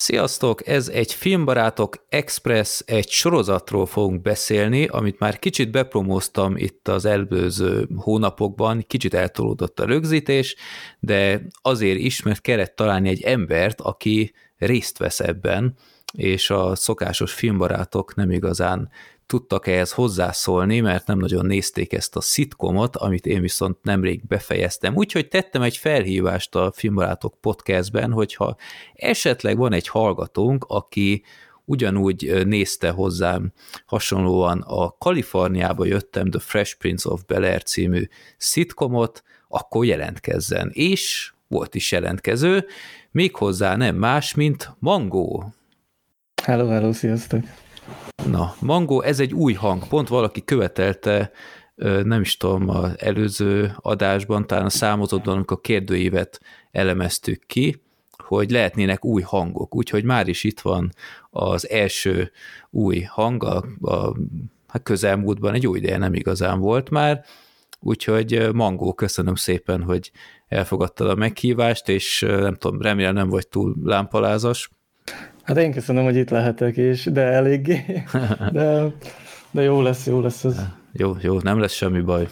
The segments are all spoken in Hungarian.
Sziasztok! Ez egy Filmbarátok Express, egy sorozatról fogunk beszélni, amit már kicsit bepromóztam itt az előző hónapokban, kicsit eltolódott a rögzítés, de azért is, mert kellett találni egy embert, aki részt vesz ebben, és a szokásos filmbarátok nem igazán tudtak ehhez hozzászólni, mert nem nagyon nézték ezt a szitkomot, amit én viszont nemrég befejeztem. Úgyhogy tettem egy felhívást a Filmbarátok podcastben, hogyha esetleg van egy hallgatónk, aki ugyanúgy nézte hozzám hasonlóan a Kaliforniába jöttem, The Fresh Prince of Bel-Air című szitkomot, akkor jelentkezzen. És volt is jelentkező, méghozzá nem más, mint Mangó. Hello, sziasztok! Na, Mangó, ez egy új hang, pont valaki követelte, nem is tudom, az előző adásban, talán a számozottban, amikor a kérdőívet elemeztük ki, hogy lehetnének új hangok, úgyhogy már is itt van az első új hang, a közelmúltban egy új ideje nem igazán volt már, úgyhogy Mangó, köszönöm szépen, hogy elfogadtad a meghívást, és nem tudom, remélem nem vagy túl lámpalázas. Hát én köszönöm, hogy itt lehetek is, de eléggé. De jó lesz ez. Jó, nem lesz semmi baj.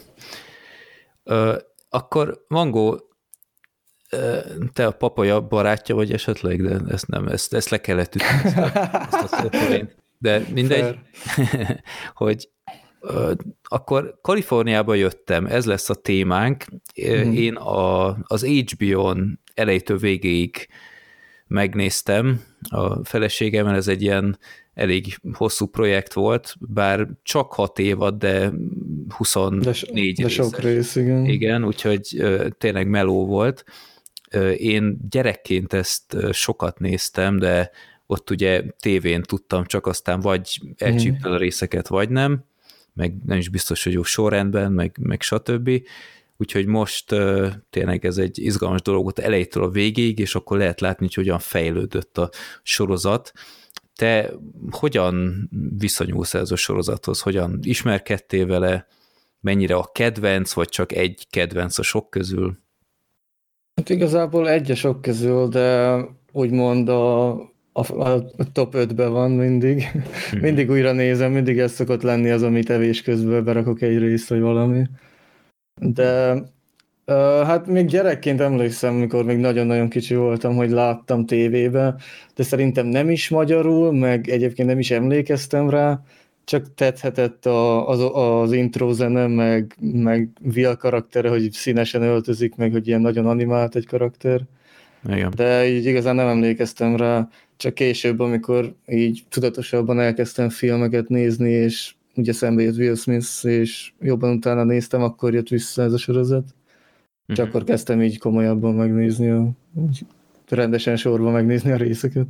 Akkor Mangó, te a papaja barátja vagy esetleg, de ezt le kellett ütni. De mindegy, hogy akkor Kaliforniába jöttem, ez lesz a témánk. Én az HBO-n elejétől végéig megnéztem a feleségemmel, ez egy ilyen elég hosszú projekt volt, bár csak 6 évad, de 24 de sok rész, igen. Igen, úgyhogy tényleg meló volt. Én gyerekként ezt sokat néztem, de ott ugye tévén tudtam, csak aztán vagy elcsíptem a részeket, vagy nem, meg nem is biztos, hogy jó sorrendben, meg stb. Úgyhogy most tényleg ez egy izgalmas dolog ott elejétől a végéig, és akkor lehet látni, hogy hogyan fejlődött a sorozat. Te hogyan viszonyulsz ez a sorozathoz? Hogyan ismerkedtél vele? Mennyire a kedvenc, vagy csak egy kedvenc a sok közül? Hát igazából egy a sok közül, de úgymond a top 5-ben van mindig. Mindig újra nézem, mindig ez szokott lenni az, amit evés közben berakok egy részt, vagy valami. De hát még gyerekként emlékszem, mikor még nagyon-nagyon kicsi voltam, hogy láttam tévébe, de szerintem nem is magyarul, meg egyébként nem is emlékeztem rá, csak tetszhetett az intro zene, meg Will karaktere, hogy színesen öltözik, meg hogy ilyen nagyon animált egy karakter. Igen. De így igazán nem emlékeztem rá, csak később, amikor így tudatosabban elkezdtem filmeket nézni, és ugye szembe jött Will Smith, és jobban utána néztem, akkor jött vissza ez a sorozat. És akkor kezdtem így komolyabban megnézni, rendesen sorban megnézni a részeket.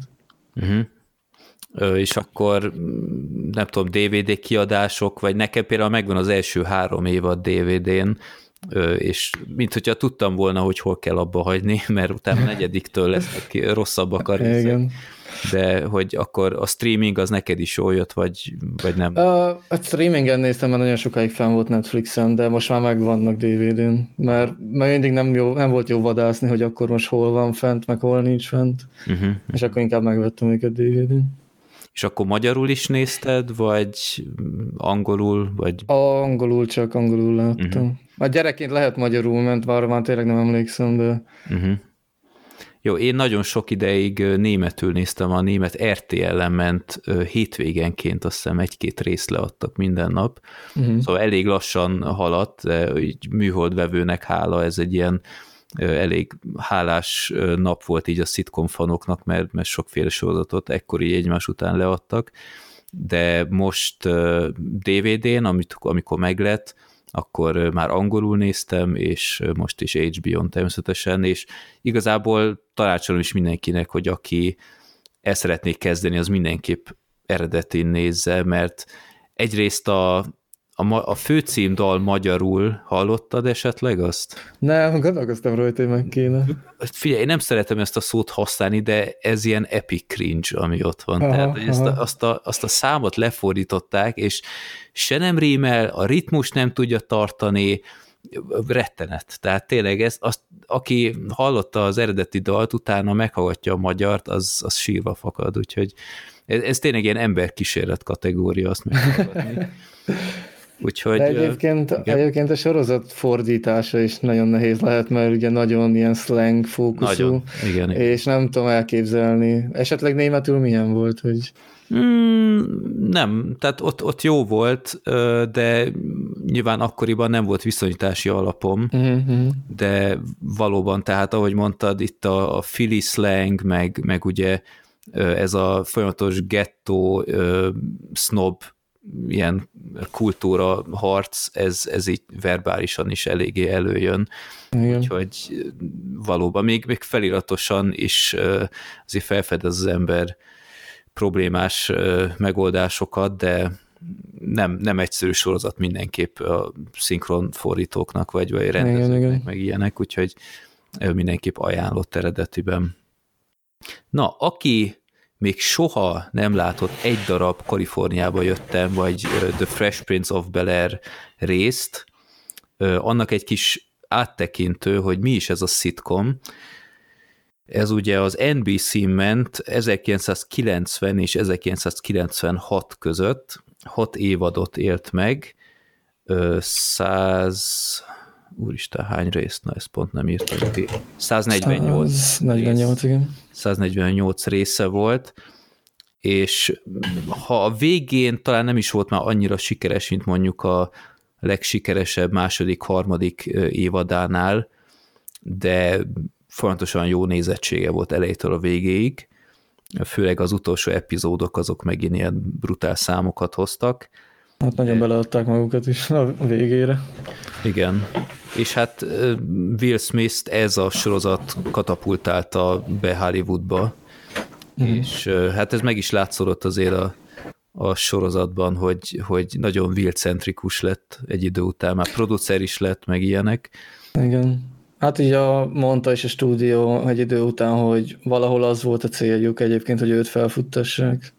És akkor nem tudom, DVD kiadások, vagy nekem például megvan az első 3 évad DVD-n, és mint hogyha tudtam volna, hogy hol kell abba hagyni, mert utána 4-től lesznek rosszabbak a részek. Igen. De hogy akkor a streaming az neked is jól jött, vagy nem? A streamingen néztem, mert nagyon sokáig fenn volt Netflixen, de most már megvannak DVD-n, mert mindig nem volt jó vadászni, hogy akkor most hol van fent, meg hol nincs fent, és akkor inkább megvettem őket DVD-n. És akkor magyarul is nézted, vagy angolul? Vagy... Angolul láttam. Már gyerekként lehet magyarul, mert arra már tényleg nem emlékszem, de... Jó, én nagyon sok ideig németül néztem, a német RTL-en ment hétvégenként, azt hiszem 1-2 részt leadtak minden nap, szóval elég lassan haladt, de így műholdvevőnek hála, ez egy ilyen elég hálás nap volt így a szitkom fanoknak, mert sokféle sorozatot ekkor így egymás után leadtak, de most DVD-n, amikor meglett, akkor már angolul néztem, és most is HBO-n természetesen, és igazából tanácsolom is mindenkinek, hogy aki el szeretné kezdeni, az mindenképp eredetin nézze, mert egyrészt a főcímdal magyarul hallottad esetleg azt? Nem, gondolkoztam rajta, hogy meg kéne. Figyelj, én nem szeretem ezt a szót használni, de ez ilyen epic cringe, ami ott van. Tehát, hogy azt a számot lefordították, és se nem rímel, a ritmus nem tudja tartani, rettenet. Tehát tényleg aki hallotta az eredeti dalt, utána meghallgatja a magyart, az sírva fakad, úgyhogy ez tényleg ilyen emberkísérlet kategória, azt meghallgatni. Úgyhogy, de egyébként a sorozat fordítása is nagyon nehéz lehet, mert ugye nagyon ilyen slang fókuszú, nagyon, igen. És nem tudom elképzelni. Esetleg németül milyen volt, hogy... Nem, tehát ott jó volt, de nyilván akkoriban nem volt viszonyítási alapom, de valóban, tehát ahogy mondtad, itt a Philly slang, meg ugye ez a folyamatos gettó, snob, ilyen kultúra harc, ez így verbálisan is eléggé előjön. Igen. Úgyhogy valóban, még feliratosan is azért felfedez az ember problémás megoldásokat, de nem egyszerű sorozat mindenképp a szinkron fordítóknak, vagy rendezőknek, meg ilyenek, úgyhogy mindenképp ajánlott eredetiben. Na, aki még soha nem látott egy darab Kaliforniába jöttem, vagy The Fresh Prince of Bel-Air részt, annak egy kis áttekintő, hogy mi is ez a szitkom. Ez ugye az NBC-n ment 1990 és 1996 között, 6 évadot élt meg, 100... Úristen, hány részt? Na, ezt pont nem írtam ki. 148. 148, igen. 148 része volt, és ha a végén talán nem is volt már annyira sikeres, mint mondjuk a legsikeresebb második, harmadik évadánál, de folyamatosan jó nézettsége volt elejétől a végéig, főleg az utolsó epizódok azok megint ilyen brutál számokat hoztak. Hát nagyon beleadták magukat is a végére. Igen, és hát Will Smith-t ez a sorozat katapultálta be Hollywoodba, és hát ez meg is látszódott azért a sorozatban, hogy nagyon Will-centrikus lett egy idő után, már producer is lett, meg ilyenek. Igen. Hát így mondta is a stúdió egy idő után, hogy valahol az volt a céljuk egyébként, hogy őt felfuttassák.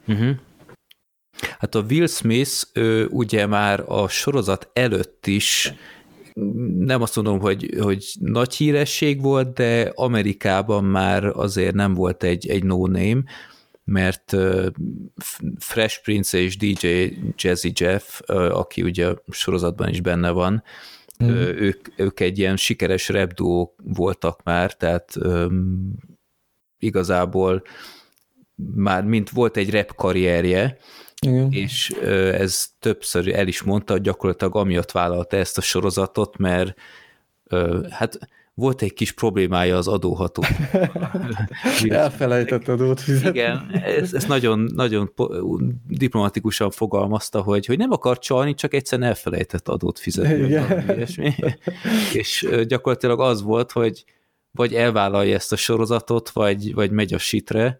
Hát a Will Smith ugye már a sorozat előtt is, nem azt mondom, hogy nagy híresség volt, de Amerikában már azért nem volt egy no-name, mert Fresh Prince és DJ Jazzy Jeff, aki ugye a sorozatban is benne van, ők egy ilyen sikeres rap duó voltak már, tehát igazából már mint volt egy rap karrierje, igen. És ez többször el is mondta, hogy gyakorlatilag amiatt vállalta ezt a sorozatot, mert hát volt egy kis problémája az adóható. Elfelejtett adót fizetni. Igen, ezt nagyon, nagyon diplomatikusan fogalmazta, hogy nem akar csalni, csak egyszerűen elfelejtett adót fizetni. És gyakorlatilag az volt, hogy vagy elvállalja ezt a sorozatot, vagy megy a sitre,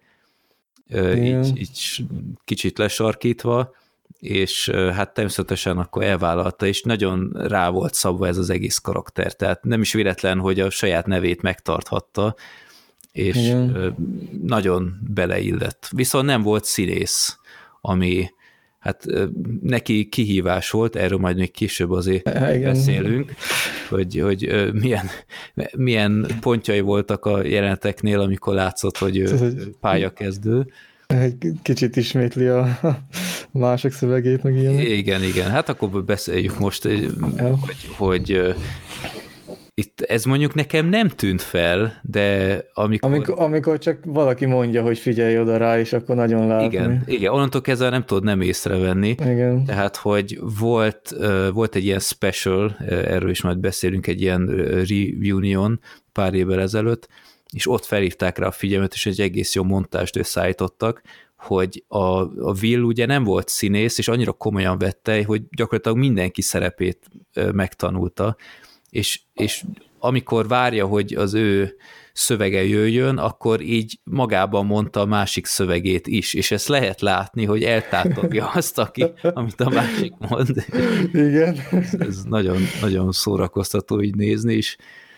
így kicsit lesarkítva, és hát természetesen akkor elvállalta, és nagyon rá volt szabva ez az egész karakter, tehát nem is véletlen, hogy a saját nevét megtarthatta, és nagyon beleillett. Viszont nem volt színész, ami hát neki kihívás volt, erről majd még később azért beszélünk, hogy milyen pontjai voltak a jeleneteknél, amikor látszott, hogy ő pályakezdő. Egy kicsit ismétli a mások szövegét, meg ilyen. Igen, hát akkor beszéljük most, hogy itt ez mondjuk nekem nem tűnt fel, de amikor csak valaki mondja, hogy figyelj oda rá, és akkor nagyon látni. Igen, onnantól kezdve nem tudod nem észrevenni. Igen. Tehát, hogy volt egy ilyen special, erről is majd beszélünk, egy ilyen reunion pár évvel ezelőtt, és ott felhívták rá a figyelmet, és egy egész jó montást összeállítottak, hogy a Will ugye nem volt színész, és annyira komolyan vette, hogy gyakorlatilag mindenki szerepét megtanulta, és amikor várja, hogy az ő szövege jöjjön, akkor így magában mondta a másik szövegét is, és ezt lehet látni, hogy eltátogja azt, amit a másik mond. Igen. Ez nagyon, nagyon szórakoztató így nézni, és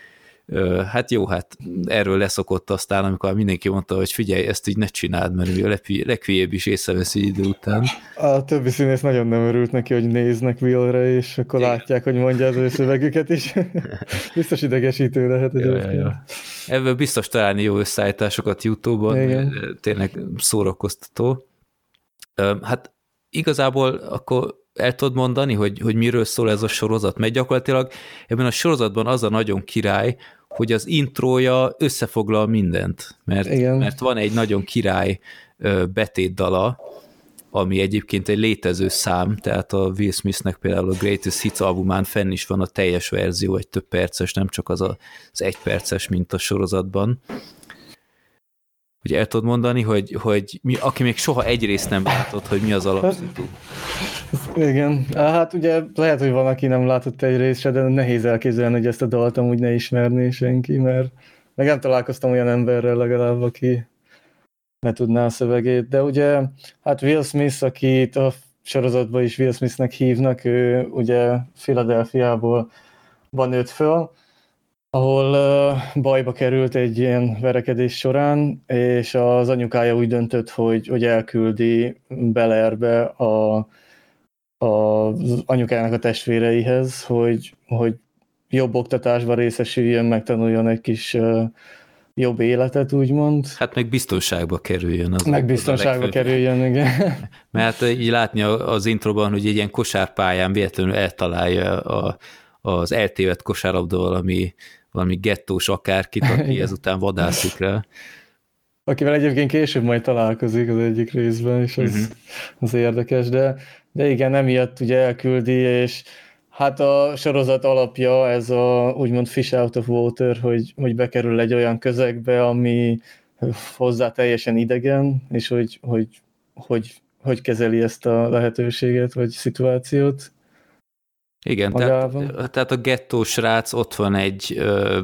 Hát jó, hát erről leszokott aztán, amikor mindenki mondta, hogy figyelj, ezt így ne csináld, mert a leghülyébb is észreveszi idő után. A többi színész nagyon nem örült neki, hogy néznek Willre, és akkor látják, hogy mondja az ő szövegüket is. Biztos idegesítő lehet egyébként. Ebből biztos találni jó összeállításokat YouTube-on, tényleg szórakoztató. Hát igazából akkor el tudod mondani, hogy miről szól ez a sorozat, mert gyakorlatilag ebben a sorozatban az a nagyon király, hogy az intrója összefoglal mindent, mert van egy nagyon király betétdala, ami egyébként egy létező szám, tehát a Will Smithnek például a Greatest Hits albumán fenn is van a teljes verzió, egy több perces, nem csak az egy perces, mint a sorozatban. Hogy el tudod mondani, hogy aki még soha egy részt nem látott, hogy mi az alapszintú. Igen, hát ugye lehet, hogy van, aki nem látott egy részt se, de nehéz elképzelni, hogy ezt a dalt amúgy ne ismerné senki, mert meg nem találkoztam olyan emberrel legalább, aki ne tudná a szövegét, de ugye hát Will Smith, akit a sorozatban is Will Smithnek hívnak, ő ugye Philadelphiából van nőtt föl, ahol bajba került egy ilyen verekedés során, és az anyukája úgy döntött, hogy elküldi Bel Airbe az anyukájának a testvéreihez, hogy jobb oktatásban részesüljön, megtanuljon egy kis jobb életet, úgymond. Hát meg biztonságba kerüljön. Meg biztonságba kerüljön, igen. Mert így látni az introban, hogy egy ilyen kosárpályán véletlenül eltalálja az eltévedt kosárlabda valami gettós akárkit, aki ezután vadászik rá. Akivel egyébként később majd találkozik az egyik részben, és az érdekes, de igen, emiatt ugye elküldi, és hát a sorozat alapja ez a úgymond fish out of water, hogy bekerül egy olyan közegbe, ami hozzá teljesen idegen, és hogy kezeli ezt a lehetőséget, vagy szituációt. Igen, tehát a gettó srác ott van egy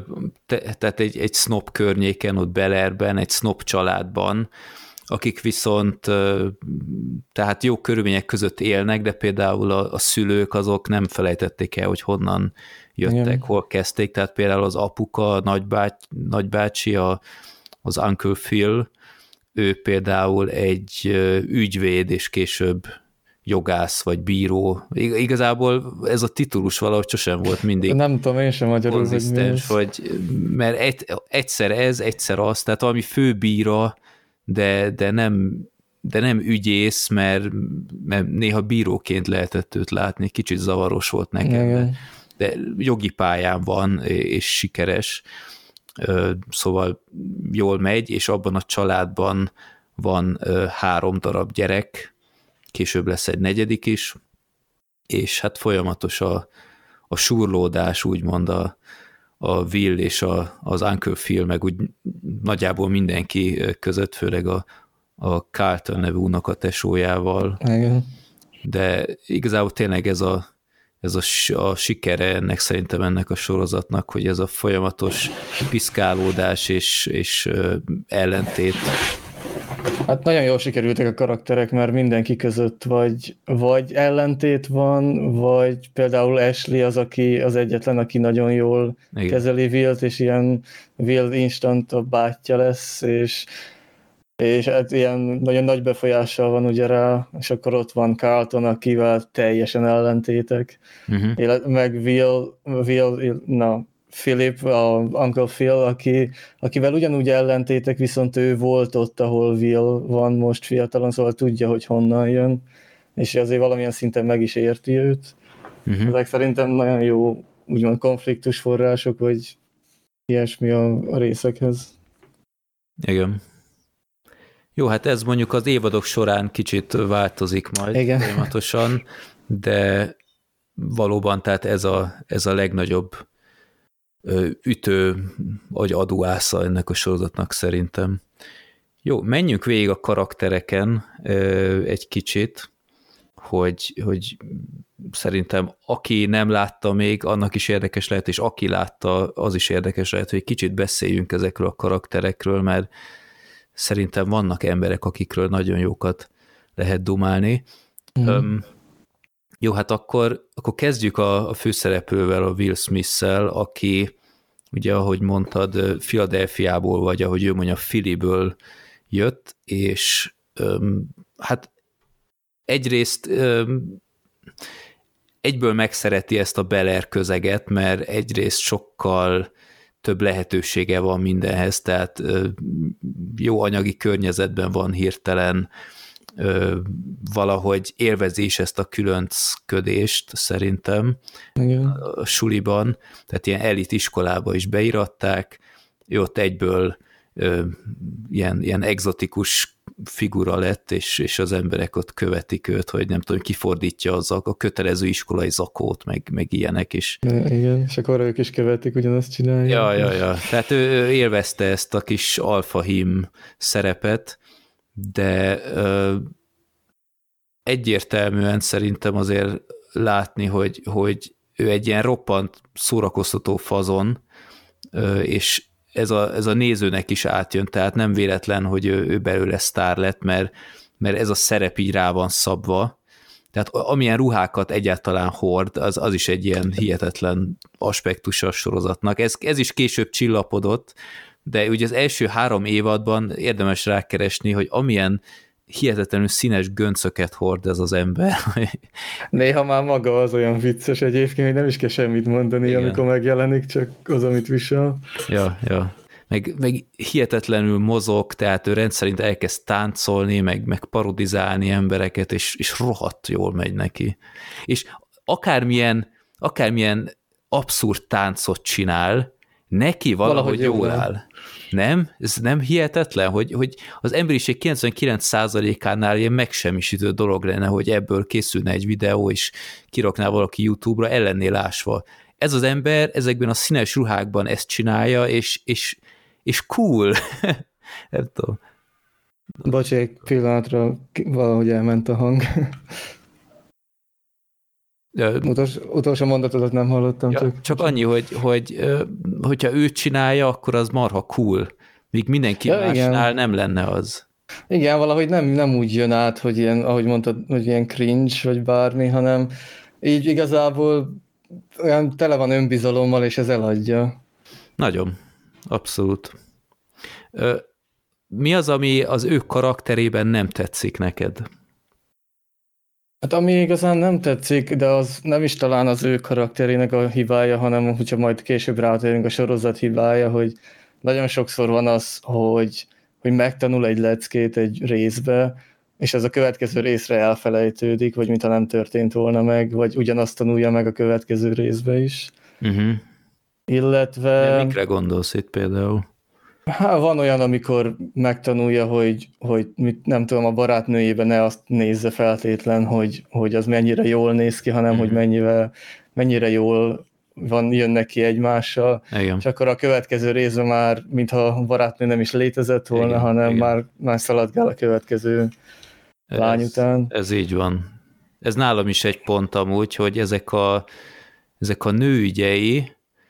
snob környéken, ott Bel Airben, egy snob családban, akik viszont tehát jó körülmények között élnek, de például a szülők azok nem felejtették el, hogy honnan jöttek, igen, hol kezdték, tehát például az apuka, a nagybácsi, az Uncle Phil, ő például egy ügyvéd, és később jogász, vagy bíró. Igazából ez a titulus valahogy sosem volt mindig. Nem tudom, én sem magyarul, mert egyszer ez, egyszer az, tehát valami főbíra, de nem ügyész, mert néha bíróként lehetett őt látni, kicsit zavaros volt nekem, de jogi pályán van, és sikeres, szóval jól megy, és abban a családban van 3 darab gyerek, később lesz egy 4. is, és hát folyamatos a surlódás, úgymond a Will és az Uncle Phil, meg úgy nagyjából mindenki között, főleg a Carlton nevű unokatesójával. Igen. De igazából tényleg ez a sikere szerintem ennek a sorozatnak, hogy ez a folyamatos piszkálódás és ellentét. Hát nagyon jól sikerültek a karakterek, mert mindenki között vagy ellentét van, vagy például Ashley az egyetlen, aki nagyon jól kezeli Willt, és ilyen Will instant a bátyja lesz, és hát ilyen nagyon nagy befolyással van ugye rá, és akkor ott van Carlton, akivel teljesen ellentétek, meg Philip, a Uncle Phil, akivel ugyanúgy ellentétek, viszont ő volt ott, ahol Will van most fiatalon, szóval tudja, hogy honnan jön, és azért valamilyen szinten meg is érti őt. Ezek szerintem nagyon jó, úgymond konfliktus források, vagy ilyesmi a részekhez. Igen. Jó, hát ez mondjuk az évadok során kicsit változik majd folyamatosan, de valóban tehát ez a legnagyobb ütő, vagy adóásza ennek a sorozatnak szerintem. Jó, menjünk végig a karaktereken egy kicsit, hogy szerintem aki nem látta még, annak is érdekes lehet, és aki látta, az is érdekes lehet, hogy kicsit beszéljünk ezekről a karakterekről, mert szerintem vannak emberek, akikről nagyon jókat lehet dumálni. Jó, hát akkor kezdjük a főszereplővel, a Will Smith-szel, aki ugye ahogy mondtad, Philadelphiából, vagy ahogy ő mondja, Philly-ből jött, és hát egyrészt egyből megszereti ezt a Bel Air közeget, mert egyrészt sokkal több lehetősége van mindenhez, tehát jó anyagi környezetben van hirtelen, valahogy élvezi is ezt a különcködést szerintem. Igen. A suliban, tehát ilyen elit iskolába is beiratták, ő ott egyből ilyen egzotikus figura lett, és az emberek ott követik őt, hogy nem tudom, kifordítja a kötelező iskolai zakót, meg ilyenek is. Igen, és akkor ők is követik, ugyanazt csinálják. Ja. Tehát ő élvezte ezt a kis alfahím szerepet, de egyértelműen szerintem azért látni, hogy ő egy ilyen roppant szórakoztató fazon, és ez a nézőnek is átjön, tehát nem véletlen, hogy ő belőle sztár lett, mert ez a szerep így rá van szabva. Tehát amilyen ruhákat egyáltalán hord, az is egy ilyen hihetetlen aspektus a sorozatnak. Ez is később csillapodott, de ugye az első 3 évadban érdemes rákeresni, hogy amilyen hihetetlenül színes göncöket hord ez az ember. Néha már maga az olyan vicces egyébként, hogy nem is kell semmit mondani, igen, amikor megjelenik, csak az, amit visel. Ja. Meg hihetetlenül mozog, tehát ő rendszerint elkezd táncolni, meg parodizálni embereket, és rohadt jól megy neki. És akármilyen abszurd táncot csinál, neki valahogy jól áll. Nem? Ez nem hihetetlen, hogy az emberiség 99%-ánál ilyen megsemmisítő dolog lenne, hogy ebből készülne egy videó, és kirakná valaki YouTube-ra, ellennél ásva. Ez az ember ezekben a színes ruhákban ezt csinálja, és cool. Nem tudom. Bocs, egy pillanatra valahogy elment a hang. Utolsó mondatodat nem hallottam. Ja, csak annyi, hogyha ő csinálja, akkor az marha cool. Míg mindenki másnál igen, nem lenne az. Igen, valahogy nem úgy jön át, hogy ilyen, ahogy mondtad, hogy ilyen cringe, vagy bármi, hanem így igazából olyan tele van önbizalommal, és ez eladja. Nagyon. Abszolút. Mi az, ami az ő karakterében nem tetszik neked? Hát ami igazán nem tetszik, de az nem is talán az ő karakterének a hibája, hanem hogyha majd később rátérünk, a sorozat hibája, hogy nagyon sokszor van az, hogy megtanul egy leckét egy részbe, és ez a következő részre elfelejtődik, vagy mintha nem történt volna meg, vagy ugyanazt tanulja meg a következő részbe is. Illetve... De mikre gondolsz itt például? Hát van olyan, amikor megtanulja, hogy nem tudom, a barátnőjében ne azt nézze feltétlen, hogy az mennyire jól néz ki, hanem hogy mennyire jól jön neki egymással. Igen. És akkor a következő részben már, mintha a barátnő nem is létezett volna, igen, hanem igen. Már szaladgál a következő lány után. Ez így van. Ez nálam is egy pont amúgy, hogy ezek a nőügyei,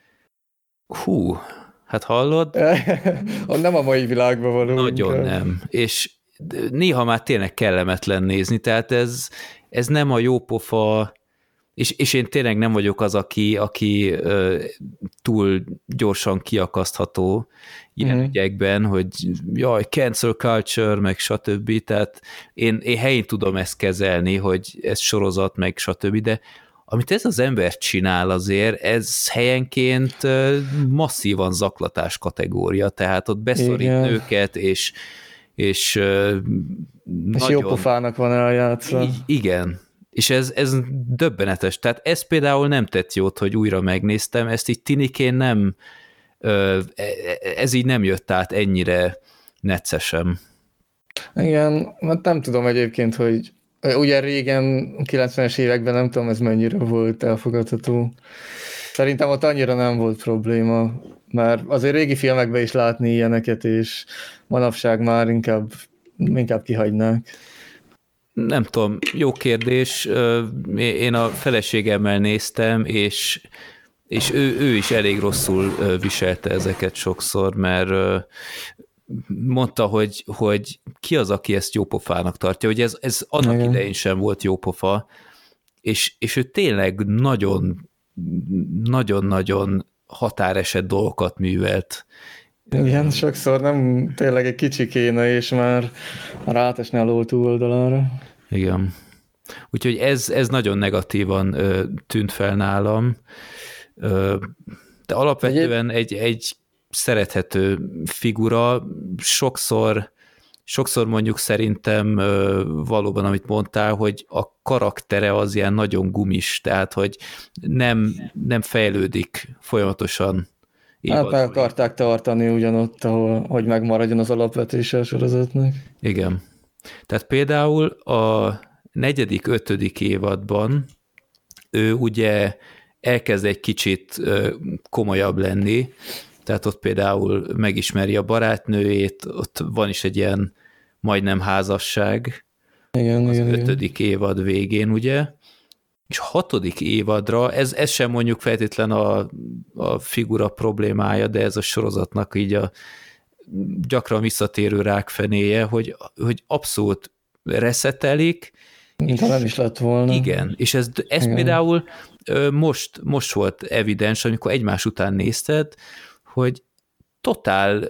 hát hallod? Nem a mai világban való. Nagyon inkább. Nem. És néha már tényleg kellemetlen nézni, tehát ez nem a jópofa, és én tényleg nem vagyok az, aki túl gyorsan kiakasztható ilyen ügyekben, hogy jaj, cancel culture, meg stb. Tehát én helyén tudom ezt kezelni, hogy ez sorozat, meg stb., de amit ez az ember csinál azért, ez helyenként masszívan zaklatás kategória, tehát ott beszorít nőket, és nagyon... jó pofának van eljátszva. Igen, és ez döbbenetes. Tehát ez például nem tett jót, hogy újra megnéztem, ezt így tiniként nem, ez így nem jött át ennyire neccesen. Igen, nem tudom egyébként, hogy ugye régen, 90-es években nem tudom, ez mennyire volt elfogadható. Szerintem ott annyira nem volt probléma, mert azért régi filmekben is látni ilyeneket, és manapság már inkább kihagynák. Nem tudom, jó kérdés. Én a feleségemmel néztem, és ő is elég rosszul viselte ezeket sokszor, mert mondta, hogy ki az, aki ezt jópofának tartja, hogy ez annak idején sem volt jópofa, és ő tényleg nagyon-nagyon határeset dolgokat művelt. Igen, sokszor nem tényleg egy kicsi kéne, és már átesne a ló túloldalára. Igen. Úgyhogy ez nagyon negatívan tűnt fel nálam. De alapvetően egy szerethető figura, sokszor mondjuk szerintem valóban, amit mondtál, hogy a karaktere az ilyen nagyon gumis, tehát, hogy nem fejlődik folyamatosan. Hát meg akarták tartani ugyanott, hogy megmaradjon az alapvetése a sorozatnak. Igen. Tehát például a 4.-5. évadban ő ugye elkezd egy kicsit komolyabb lenni, tehát ott például megismeri a barátnőjét, ott van is egy ilyen majdnem házasság az 5. évad végén, ugye, és 6. évadra, ez sem mondjuk feltétlen a figura problémája, de ez a sorozatnak így a gyakran visszatérő rákfenéje, hogy abszolút reszetelik. Mintha nem is lett volna. Igen, és ez például most volt evidens, amikor egymás után nézted, hogy totál,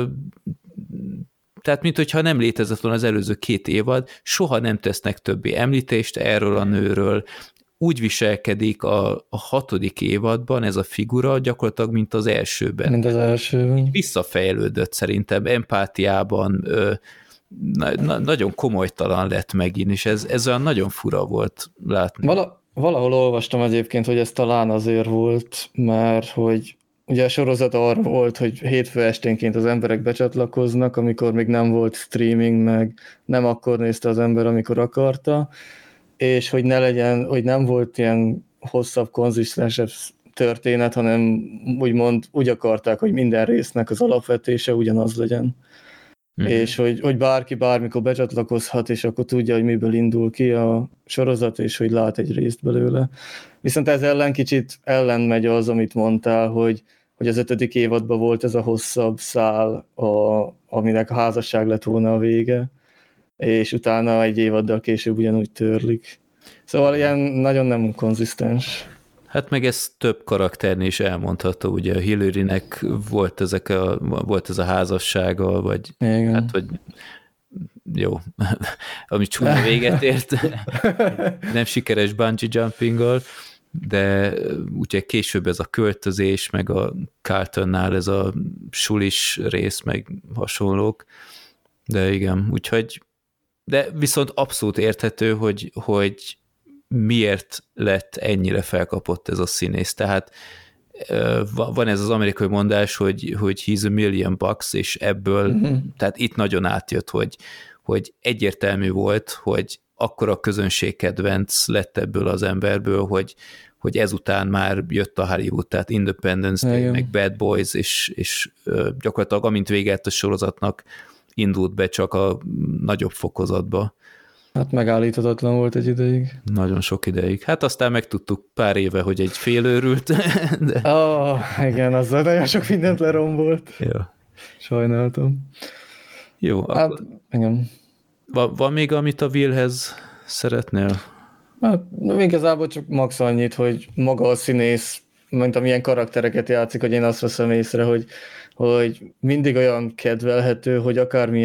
tehát minthogyha nem létezett volna az előző 2 évad, soha nem tesznek többé említést erről a nőről, úgy viselkedik a 6. évadban ez a figura gyakorlatilag, mint az elsőben. Mint az elsőben. Visszafejlődött szerintem, empátiában, nagyon komolytalan lett megint, és ez olyan nagyon fura volt látni. Valahol olvastam egyébként, hogy ez talán azért volt, mert hogy ugye a sorozat arra volt, hogy hétfő esténként az emberek becsatlakoznak, amikor még nem volt streaming, meg nem akkor nézte az ember, amikor akarta, és hogy ne legyen, hogy nem volt ilyen hosszabb, konzisztensebb történet, hanem úgymond úgy akarták, hogy minden résznek az alapvetése ugyanaz legyen. És hogy bárki bármikor becsatlakozhat, és akkor tudja, hogy miből indul ki a sorozat, és hogy lát egy részt belőle. Viszont ez ellen kicsit ellenmegy az, amit mondtál, hogy az 5. évadban volt ez a hosszabb szál, aminek a házasság lett volna a vége, és utána egy évaddal később ugyanúgy törlik. Szóval ilyen nagyon nem konzisztens. Hát meg ez több karakternél is elmondható, ugye a Hillary-nek volt ez a házassága, vagy igen. hát, hogy jó, ami csúnya véget ért, nem sikeres bungee jumpinggal, de ugye később ez a költözés, meg a Carltonnál ez a sulis rész, meg hasonlók, de igen, úgyhogy, de viszont abszolút érthető, hogy miért lett ennyire felkapott ez a színész. Tehát van ez az amerikai mondás, hogy he's a million bucks, és ebből, tehát itt nagyon átjött, hogy egyértelmű volt, hogy akkora közönségkedvenc lett ebből az emberből, hogy ezután már jött a Hollywood, tehát Independence Day, meg Bad Boys, és gyakorlatilag amint véget a sorozatnak, indult be csak a nagyobb fokozatba. Hát megállíthatatlan volt egy ideig. Nagyon sok ideig. Hát aztán megtudtuk pár éve, hogy egy félőrült. De... Igen, azzal nagyon sok mindent lerombolt. Ja. Sajnáltam. Jó, hát, akkor... igen. Van még, amit a Willhez szeretnél? Hát igazából csak max annyit, hogy maga a színész, mint amilyen karaktereket játszik, hogy én azt veszem észre, hogy mindig olyan kedvelhető, hogy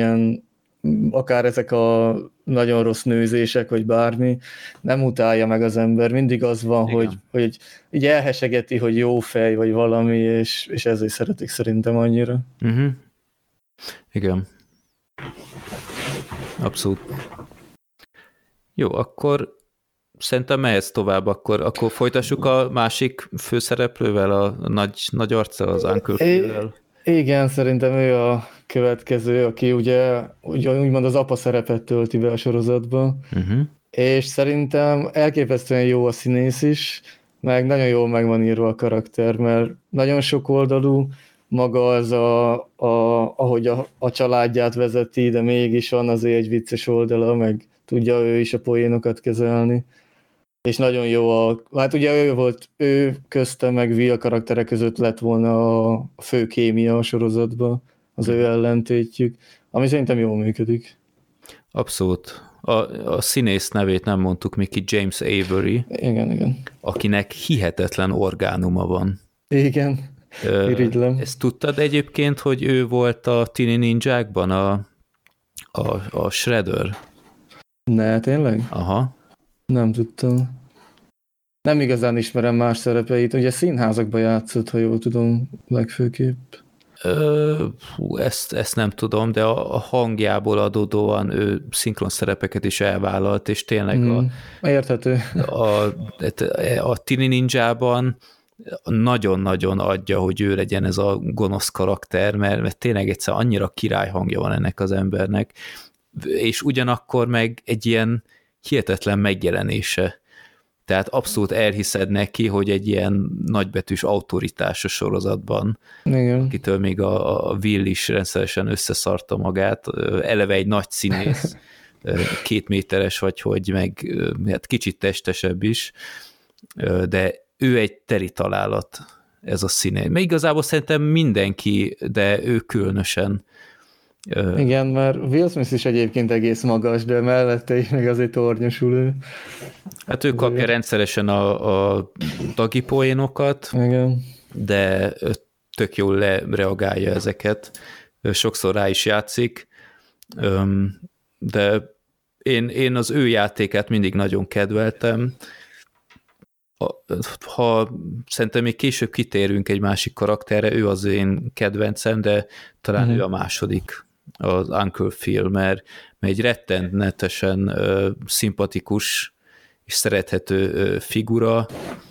akár ezek a nagyon rossz nőzések, vagy bármi, nem utálja meg az ember. Mindig az van, hogy így elhesegeti, hogy jó fej, vagy valami, és ezért szeretik szerintem annyira. Igen. Abszolút. Jó, akkor szerintem mehetsz tovább, akkor folytassuk a másik főszereplővel, a nagy arccal, az Uncle Phil-rel. Igen, szerintem ő a következő, aki ugye úgymond az apa szerepet tölti be a sorozatban, és szerintem elképesztően jó a színész is, meg nagyon jól meg van írva a karakter, mert nagyon sok oldalú, maga az ahogy a családját vezeti, de mégis van azért egy vicces oldala, meg tudja ő is a poénokat kezelni. És nagyon jó hát ugye ő közte meg Will karaktere között lett volna a fő kémia a sorozatban, az ő ellentétjük, ami szerintem jól működik. Abszolút. A színész nevét nem mondtuk még ki, James Avery. Igen. Akinek hihetetlen orgánuma van. Igen. Irigylem. Ezt tudtad egyébként, hogy ő volt a Tini Ninjákban a Shredder? Ne, tényleg? Aha. Nem tudtam. Nem igazán ismerem más szerepeit. Ugye színházakban játszott, ha jól tudom, legfőképp. Ezt nem tudom, de a hangjából adódóan ő szinkron szerepeket is elvállalt, és tényleg érthető. A Tini Ninjában nagyon-nagyon adja, hogy ő legyen ez a gonosz karakter, mert tényleg egyszer annyira király hangja van ennek az embernek, és ugyanakkor meg egy ilyen hihetetlen megjelenése. Tehát abszolút elhiszed neki, hogy egy ilyen nagybetűs autoritás a sorozatban, igen. akitől még a Will is rendszeresen összeszarta magát, eleve egy nagy színész, 2 méteres vagy hogy, meg hát kicsit testesebb is, de ő egy teri találat, ez a színész. Mert igazából szerintem mindenki, de ő különösen. Igen, mert Will Smith is egyébként egész magas, de mellette is még azért tornyosul ő. Hát ő kapja rendszeresen a dagi poénokat, igen. de tök jól lereagálja ezeket. Sokszor rá is játszik, de én az ő játékát mindig nagyon kedveltem. Ha szerintem még később kitérünk egy másik karakterre, ő az én kedvencem, de talán ő a második, az Uncle Phil, mert egy rettenetesen szimpatikus és szerethető figura.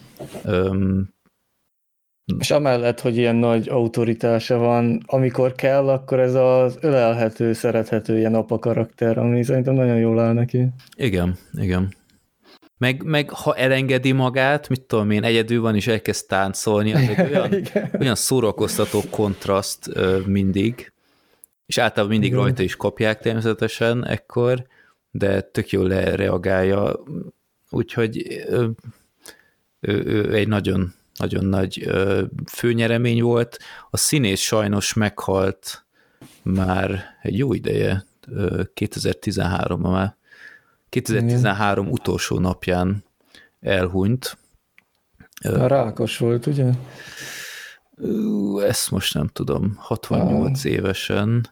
És amellett, hogy ilyen nagy autoritása van, amikor kell, akkor ez az ölelhető, szerethető ilyen apa karakter, ami szerintem nagyon jól áll neki. Igen. Meg ha elengedi magát, mit tudom én, egyedül van és elkezd táncolni, az egy olyan szórakoztató kontraszt mindig, és általában mindig rajta is kapják természetesen ekkor, de tök jól lereagálja, úgyhogy ő egy nagyon nagy főnyeremény volt. A színész sajnos meghalt már egy jó ideje, 2013-ban már. 2013 utolsó napján elhunyt. A rákos volt, ugye? Ezt most nem tudom. 68 évesen.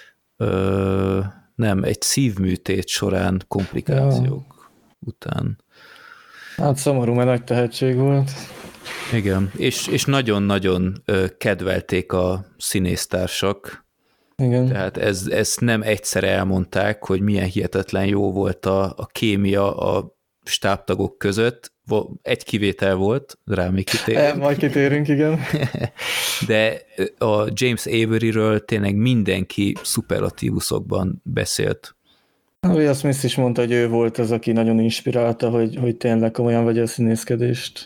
Nem, egy szívműtét során komplikációk után. Hát szomorú, mert nagy tehetség volt. Igen, és nagyon-nagyon kedvelték a színésztársak. Igen. Tehát ezt nem egyszer elmondták, hogy milyen hihetetlen jó volt a kémia a stábtagok között. Egy kivétel volt, rá még kitérünk. Majd kitérünk, igen. De a James Averyről tényleg mindenki szuperlatívuszokban beszélt. Will Smith is mondta, hogy ő volt az, aki nagyon inspirálta, hogy tényleg komolyan vegye a színészkedést.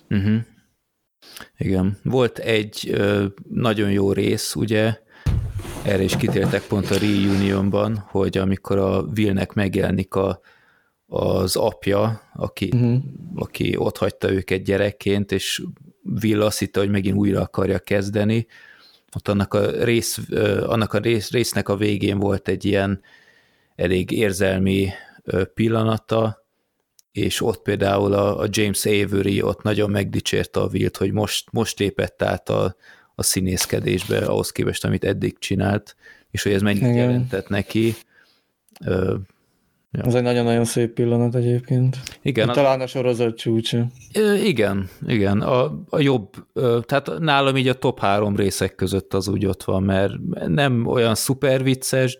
Igen. Volt egy nagyon jó rész, ugye, erre is kitértek pont a Reunionban, hogy amikor a Willnek megjelenik az apja, aki ott hagyta őket gyerekként, és Will azt hitte, hogy megint újra akarja kezdeni. Ott annak a résznek a végén volt egy ilyen elég érzelmi pillanata, és ott például a James Avery ott nagyon megdicsérte a Willt, hogy most lépett át a színészkedésbe ahhoz képest, amit eddig csinált, és hogy ez mennyit jelentett neki. Ja. Ez egy nagyon-nagyon szép pillanat egyébként. Igen. Talán a sorozat csúcsa. Igen. A jobb, tehát nálam így a top 3 részek között az úgy ott van, mert nem olyan szuper vicces,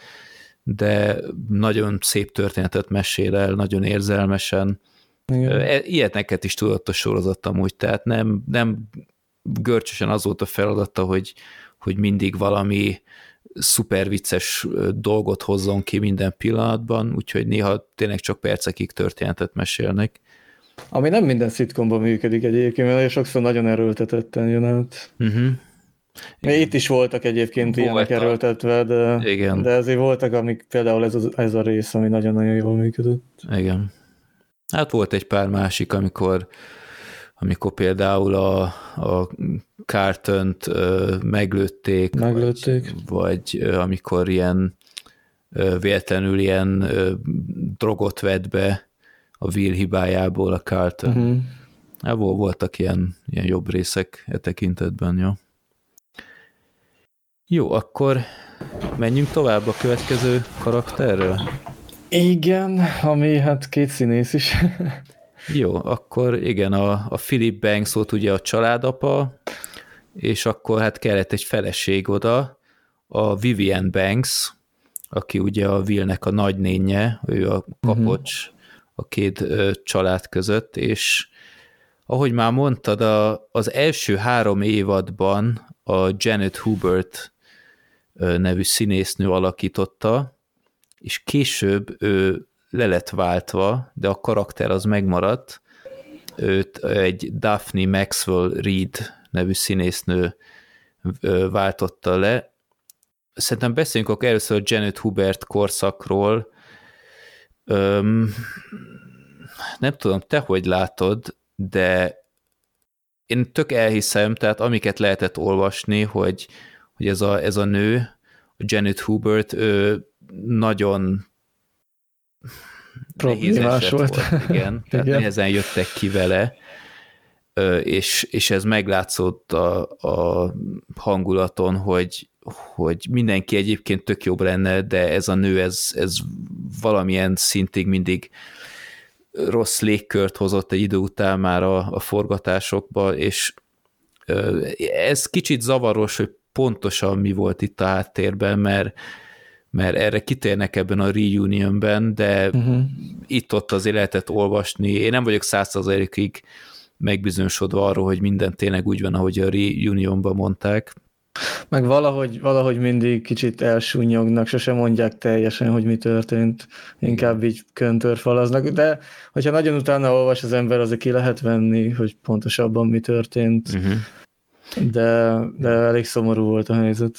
de nagyon szép történetet mesél el, nagyon érzelmesen. Ilyetneket is tudott a sorozat amúgy, tehát nem görcsösen az volt a feladata, hogy mindig valami szuper vicces dolgot hozzon ki minden pillanatban, úgyhogy néha tényleg csak percekig történetet mesélnek. Ami nem minden szitkomban működik egyébként, mert sokszor nagyon erőltetetten jön át. Itt is voltak egyébként ilyenek erőltetve, de azért voltak, amik például ez a rész, ami nagyon-nagyon jól működött. Igen. Hát volt egy pár másik, amikor például a Carltont meglőtték. Vagy amikor ilyen véletlenül ilyen drogot vett be a Will hibájából a Carlton. Hát voltak ilyen jobb részek e tekintetben, jó? Jó, akkor menjünk tovább a következő karakterről. Igen, ami hát két színész is. Jó, akkor igen, a Philip Banks volt ugye a családapa, és akkor hát kellett egy feleség oda, a Vivian Banks, aki ugye a Willnek a nagynénje, ő a kapocs a két család között, és ahogy már mondtad, az első 3 évadban a Janet Hubert nevű színésznő alakította, és később ő le lett váltva, de a karakter az megmaradt. Őt egy Daphne Maxwell Reid nevű színésznő váltotta le. Szerintem beszéljünk akkor először a Janet Hubert korszakról. Nem tudom, te hogy látod, de én tök elhiszem, tehát amiket lehetett olvasni, hogy ez a nő, a Janet Hubert, ő nagyon Problémás volt. Igen, tehát igen. nehezen jöttek ki vele, és ez meglátszott a hangulaton, hogy mindenki egyébként tök jobb lenne, de ez a nő, ez valamilyen szintig mindig rossz légkört hozott egy idő után már a forgatásokba, és ez kicsit zavaros, hogy pontosan mi volt itt a háttérben, mert erre kitérnek ebben a reunionben, de itt-ott azért lehetett olvasni. Én nem vagyok 100%-ig megbizonyosodva arról, hogy minden tényleg úgy van, ahogy a reunionban mondták. Meg valahogy mindig kicsit elsúnyognak, sosem mondják teljesen, hogy mi történt, inkább így köntörfalaznak, de hogyha nagyon utána olvas az ember, azért ki lehet venni, hogy pontosabban mi történt, de elég szomorú volt a helyzet.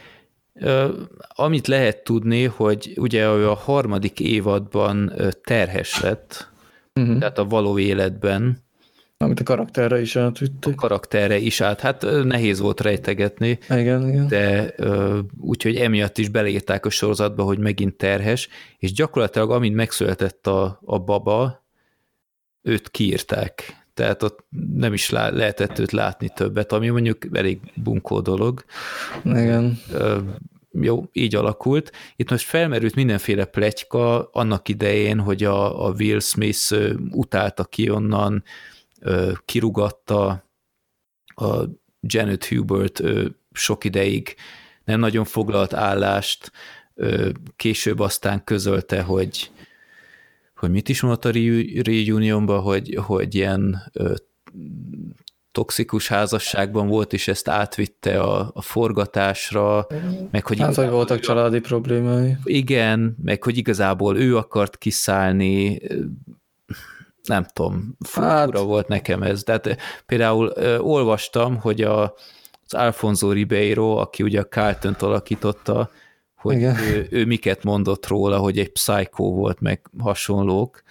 Amit lehet tudni, hogy ugye a 3. évadban terhes lett, tehát a való életben. Amit a karakterre is átvitték. A karakterre is hát nehéz volt rejtegetni, igen. De úgyhogy emiatt is beleírták a sorozatba, hogy megint terhes, és gyakorlatilag amint megszületett a baba, őt kiírták. Tehát ott nem is lehetett őt látni többet, ami mondjuk elég bunkó dolog. Igen. Jó, így alakult. Itt most felmerült mindenféle pletyka annak idején, hogy a Will Smith utálta ki onnan, kirugatta a Janet Hubert sok ideig nem nagyon foglalt állást, később aztán közölte, hogy mit is mondott a reunionban, hogy ilyen toxikus házasságban volt, és ezt átvitte a forgatásra, meg hogy hát, hogy voltak családi problémái. Igen, meg hogy igazából ő akart kiszállni, nem tudom, fura volt nekem ez. Tehát például olvastam, hogy az Alfonso Ribeiro, aki ugye a Carlton-t alakította, hogy ő miket mondott róla, hogy egy psycho volt, meg hasonlók.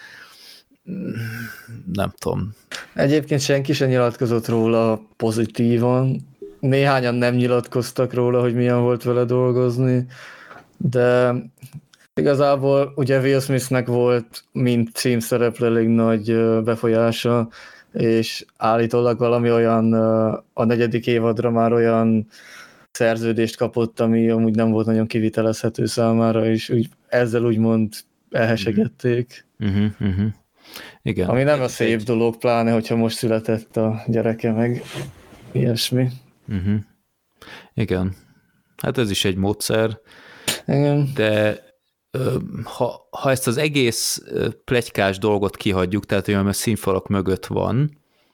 Nem tudom. Egyébként senki sem nyilatkozott róla pozitívan. Néhányan nem nyilatkoztak róla, hogy milyen volt vele dolgozni, de igazából ugye Will Smithnek volt, mint címszereplő, elég nagy befolyása, és állítólag valami olyan a 4. évadra már olyan szerződést kapott, ami amúgy nem volt nagyon kivitelezhető számára, és ezzel úgymond elhesegették. Igen. Ami nem a szép dolog, pláne, hogyha most született a gyereke, meg ilyesmi. Igen. Hát ez is egy módszer. Igen. De ha ezt az egész pletykás dolgot kihagyjuk, tehát olyan, mert színfalak mögött van,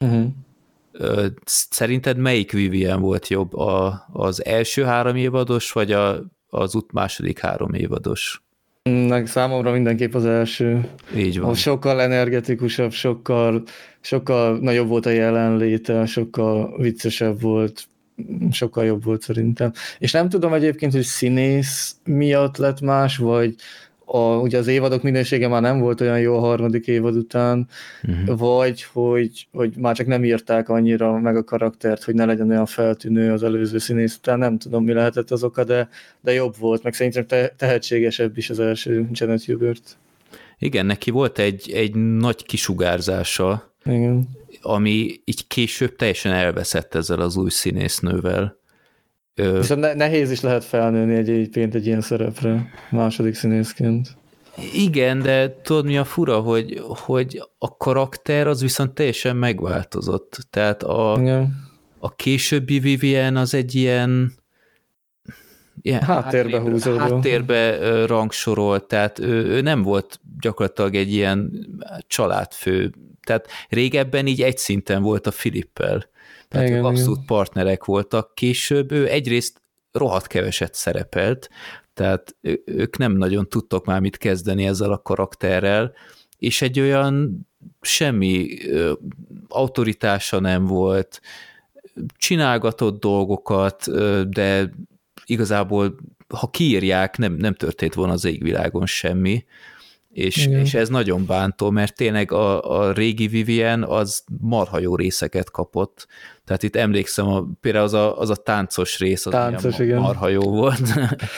szerinted melyik Vivian volt jobb? Az első 3 évados, vagy az második 3 évados? Számomra mindenképp az első. Így van. Sokkal energetikusabb, sokkal nagyobb volt a jelenléte, sokkal viccesebb volt, sokkal jobb volt szerintem. És nem tudom egyébként, hogy színész miatt lett más, vagy ugye az évadok minősége már nem volt olyan jó a 3. évad után, vagy hogy már csak nem írták annyira meg a karaktert, hogy ne legyen olyan feltűnő az előző színész után. Nem tudom, mi lehetett az oka, de jobb volt, meg szerintem tehetségesebb is az első Janet Hubert. Igen, neki volt egy nagy kisugárzása, igen, ami így később teljesen elveszett ezzel az új színésznővel. Viszont nehéz is lehet felnőni egyébként egy ilyen szerepre, második színészként. Igen, de tudod mi a fura, hogy a karakter az viszont teljesen megváltozott. Tehát Igen. a későbbi Vivien az egy ilyen Háttérbe húzódó. Háttérbe rangsorolt, tehát ő nem volt gyakorlatilag egy ilyen családfő. Tehát régebben így egy szinten volt a Philippel. Tehát igen, abszolút igen. partnerek voltak. Később ő egyrészt rohadt keveset szerepelt, tehát ők nem nagyon tudtak már mit kezdeni ezzel a karakterrel, és egy olyan semmi autoritása nem volt, csinálgatott dolgokat, de igazából, ha kiírják, nem történt volna az égvilágon semmi, és ez nagyon bántó, mert tényleg a régi Vivien az marha jó részeket kapott. Tehát itt emlékszem, például az a táncos rész, az marha jó volt.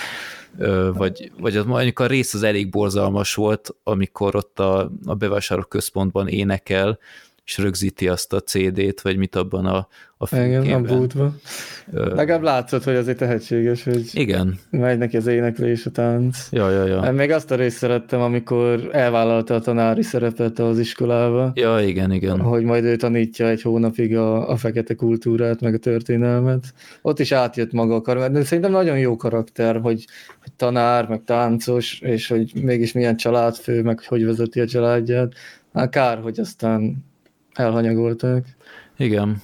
vagy mondjuk a rész az elég borzalmas volt, amikor ott a bevásárlóközpontban énekel, és rögzíti azt a CD-t, vagy mit abban a filmkében. Igen, a bútban. Legalább látszott, hogy azért tehetséges, hogy igen. megy neki az éneklés, a tánc. Ja. Még azt a részt szerettem, amikor elvállalta a tanári szerepet az iskolába. Ja, igen. Hogy majd ő tanítja egy hónapig a fekete kultúrát, meg a történelmet. Ott is átjött maga a karakter, de szerintem nagyon jó karakter, hogy tanár, meg táncos, és hogy mégis milyen családfő, meg hogy vezeti a családját. Hát kár, hogy aztán elhanyagolták. Igen.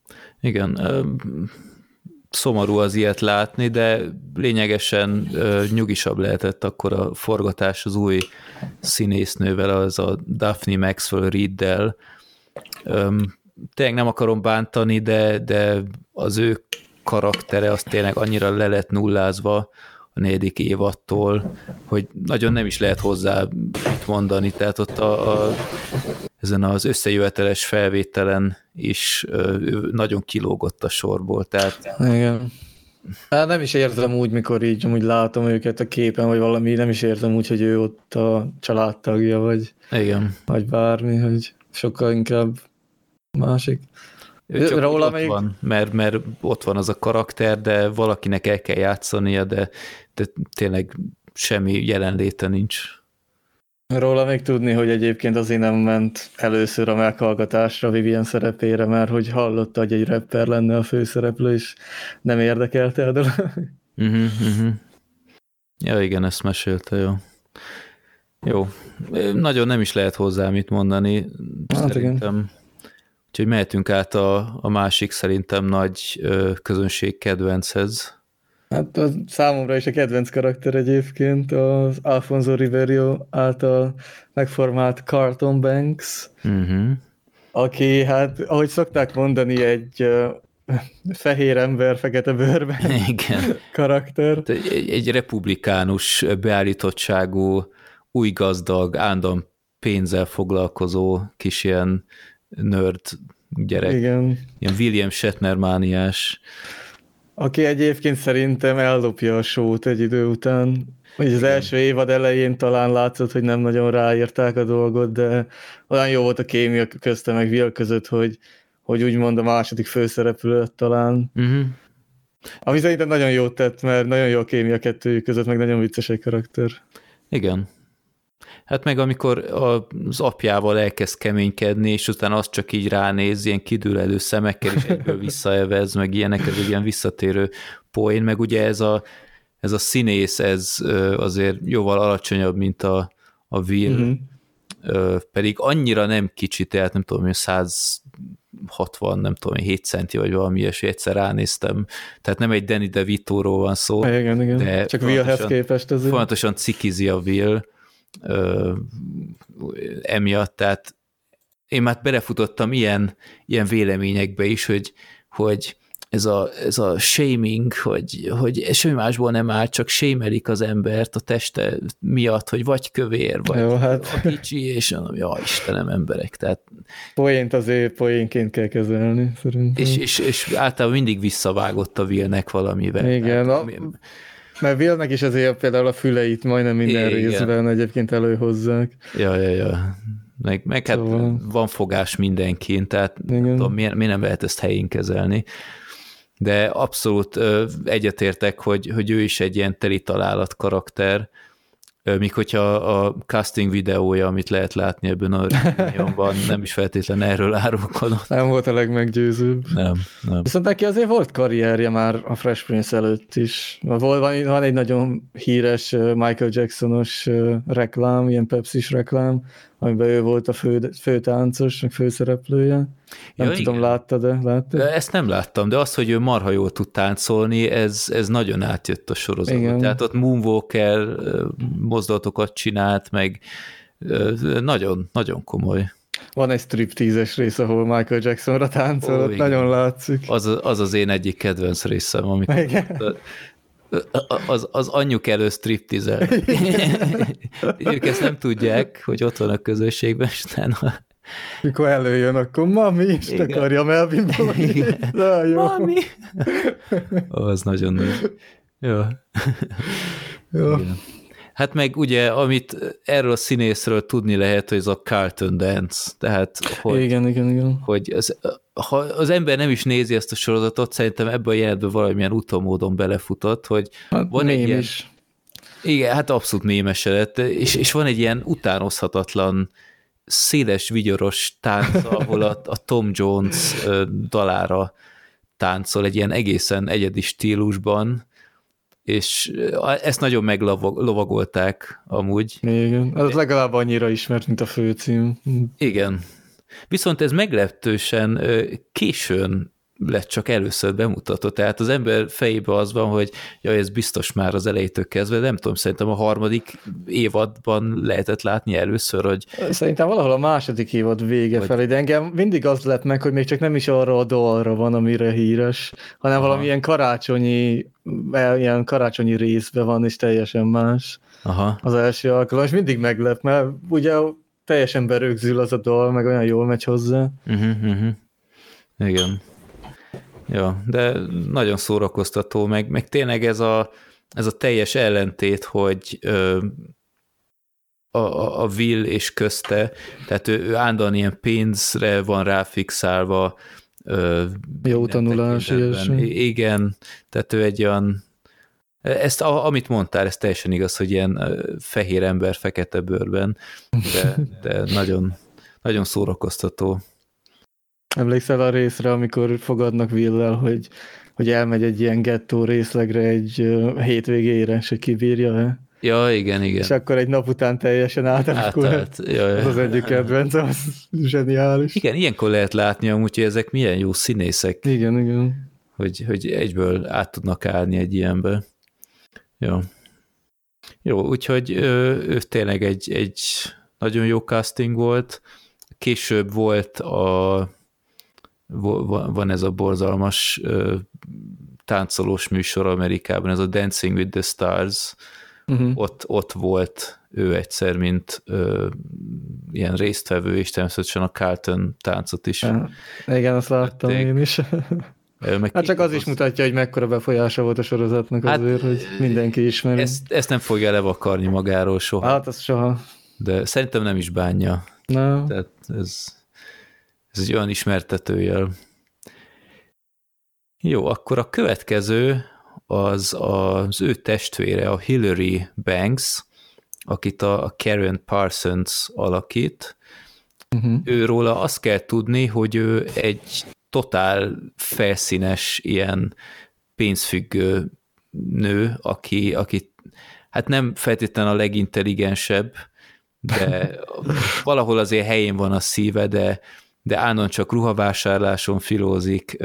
Szomorú az ilyet látni, de lényegesen nyugisabb lehetett akkor a forgatás az új színésznővel, az a Daphne Maxwell Reid-del. Tényleg nem akarom bántani, de az ő karaktere az tényleg annyira le lett nullázva a 4. évadtól, hogy nagyon nem is lehet hozzá mit mondani, tehát ott ezen az összejöveteles felvételen is nagyon kilógott a sorból. Tehát... Igen. Hát nem is érzem úgy, mikor így amúgy látom őket a képen, vagy valami, nem is érzem úgy, hogy ő ott a családtagja, vagy, igen. vagy bármi, hogy sokkal inkább másik. Ő csak róla ott van, mert ott van az a karakter, de valakinek el kell játszania, de tényleg semmi jelenléte nincs. Róla még tudni, hogy egyébként azért nem ment először a meghallgatásra Vivien szerepére, mert hogy hallotta, hogy egy rapper lenne a főszereplő, és nem érdekelte a dolog. Ja, igen, ezt mesélte, jó. Jó. Nagyon nem is lehet hozzá mit mondani, hát szerintem. Igen. Úgyhogy mehetünk át a másik szerintem nagy közönség kedvenchez. Hát számomra is a kedvenc karakter egyébként az Alfonso Ribeiro által megformált Carlton Banks, aki, hát ahogy szokták mondani, egy fehér ember, fekete bőrben karakter. Egy republikánus beállítottságú, új gazdag, állandóan pénzzel foglalkozó kis ilyen nerd gyerek. Igen. Ilyen William Shatner mániás. Aki egyébként szerintem ellopja a show-t egy idő után. Ugye az első évad elején talán látszott, hogy nem nagyon ráírták a dolgot, de olyan jó volt a kémia közte meg Will között, hogy úgymond a második főszereplő talán. Ami szerintem nagyon jót tett, mert nagyon jó a kémia kettőjük között, meg nagyon vicces egy karakter. Igen. Hát meg amikor az apjával elkezd keménykedni, és utána azt csak így ránéz, ilyen kidülelő szemekkel, és egyből visszaevez, meg ilyenek, ez egy ilyen visszatérő poén, meg ugye ez a színész, ez azért jóval alacsonyabb, mint a Will, pedig annyira nem kicsi, tehát nem tudom, hogy 160, nem tudom, 7 centi, vagy valami ilyesmi, egyszer ránéztem, tehát nem egy Danny DeVito-ról van szó. Igen. De csak Willhez képest azért. Fontosan cikizi a Will, emiatt, tehát én már belefutottam ilyen véleményekbe is, hogy ez a shaming, hogy semmi másból nem áll, csak shamelik az embert a teste miatt, hogy vagy kövér, vagy jó, hát. Kicsi, és ja, Istenem, emberek, tehát poént azért poénként kell kezelni, szerintem. És általában mindig visszavágott a Willnek valamivel. Igen, tehát, mert Willnek is azért például a füleit majdnem minden részben egyébként előhozzák. Ja. Meg szóval... hát van fogás mindenkin, tehát tudom, miért nem lehet ezt helyén kezelni. de abszolút egyetértek, hogy ő is egy ilyen teli találat karakter, míg hogyha a casting videója, amit lehet látni ebben a reunióban, nem is feltétlen erről árulkodott. Nem volt a legmeggyőzőbb. Nem. Viszont neki azért volt karrierje már a Fresh Prince előtt is. Van egy nagyon híres Michael Jacksonos reklám, ilyen Pepsi-s reklám, amiben ő volt a fő táncos, meg főszereplője. Nem tudom, igen. láttad? Ezt nem láttam, de az, hogy ő marha jól tud táncolni, ez nagyon átjött a sorozatban. Tehát ott moonwalker mozdulatokat csinált, meg nagyon, nagyon komoly. Van egy striptease-es rész, ahol Michael Jacksonra táncol, nagyon látszik. Az én egyik kedvenc részem, amikor az anyjuk elő striptizel. Ők ezt nem tudják, hogy ott van a közösségben, és utána... Mikor előjön, akkor mami, és takarja Melvinból. Mami! Az nagyon nagy. Jó. Hát meg ugye, amit erről a színészről tudni lehet, hogy ez a Carlton Dance. Tehát, hogy, igen. Hogy ha az ember nem is nézi ezt a sorozatot, szerintem ebben a jelenetben valamilyen utómódon belefutott, hogy hát van egy ilyen... is. Igen, hát abszolút mémesedett, és van egy ilyen utánozhatatlan széles vigyoros tánc, ahol a Tom Jones dalára táncol egy ilyen egészen egyedi stílusban, és ezt nagyon meglovagolták amúgy. Igen, ez legalább annyira ismert, mint a főcím. Igen. Viszont ez meglepősen későn lett csak először bemutatott, tehát az ember fejében az van, hogy jaj, ez biztos már az elejétől kezdve, de nem tudom, szerintem a harmadik évadban lehetett látni először, hogy... Szerintem valahol a második évad vége felé, de engem mindig az lett meg, hogy még csak nem is arra a dalra van, amire híres, hanem valamilyen karácsonyi részben van, és teljesen más az első alkalom, és mindig meglep, mert ugye teljesen berögzül az a dal, meg olyan jól megy hozzá. Igen. Ja, de nagyon szórakoztató, meg tényleg ez a teljes ellentét, hogy a Will és közte, tehát ő állandóan ilyen pénzre van ráfixálva. Jó tanulás, igen, tehát ő egy olyan, ezt, amit mondtál, ez teljesen igaz, hogy ilyen fehér ember fekete bőrben, de nagyon, nagyon szórakoztató. Emlékszel a részre, amikor fogadnak Will-lel, hogy elmegy egy ilyen gettó részlegre egy hétvégére, és hogy kibírja-e? Ja, igen. És akkor egy nap után teljesen átalakul. Az az egyik kedvenc, az zseniális. Igen, ilyenkor lehet látni amúgy, hogy ezek milyen jó színészek. Igen. Hogy egyből át tudnak állni egy ilyenbe. Jó, úgyhogy ő tényleg egy nagyon jó casting volt. Később van ez a borzalmas táncolós műsor Amerikában, ez a Dancing with the Stars, ott volt ő egyszer, mint ilyen résztvevő, és természetesen a Carlton táncot is. Igen, azt láttam én is. Hát csak az is mutatja, hogy mekkora befolyása volt a sorozatnak azért, hogy mindenki ismeri. Ezt nem fogja levakarni magáról soha. Hát az soha. De szerintem nem is bánja. No. Tehát ez egy olyan ismertetőjel. Jó, akkor a következő az ő testvére, a Hilary Banks, akit a Karen Parsons alakít. Őróla azt kell tudni, hogy ő egy totál felszínes ilyen pénzfüggő nő, aki hát nem feltétlenül a legintelligensebb, de valahol azért helyén van a szíve, de állandóan csak ruhavásárláson filózik,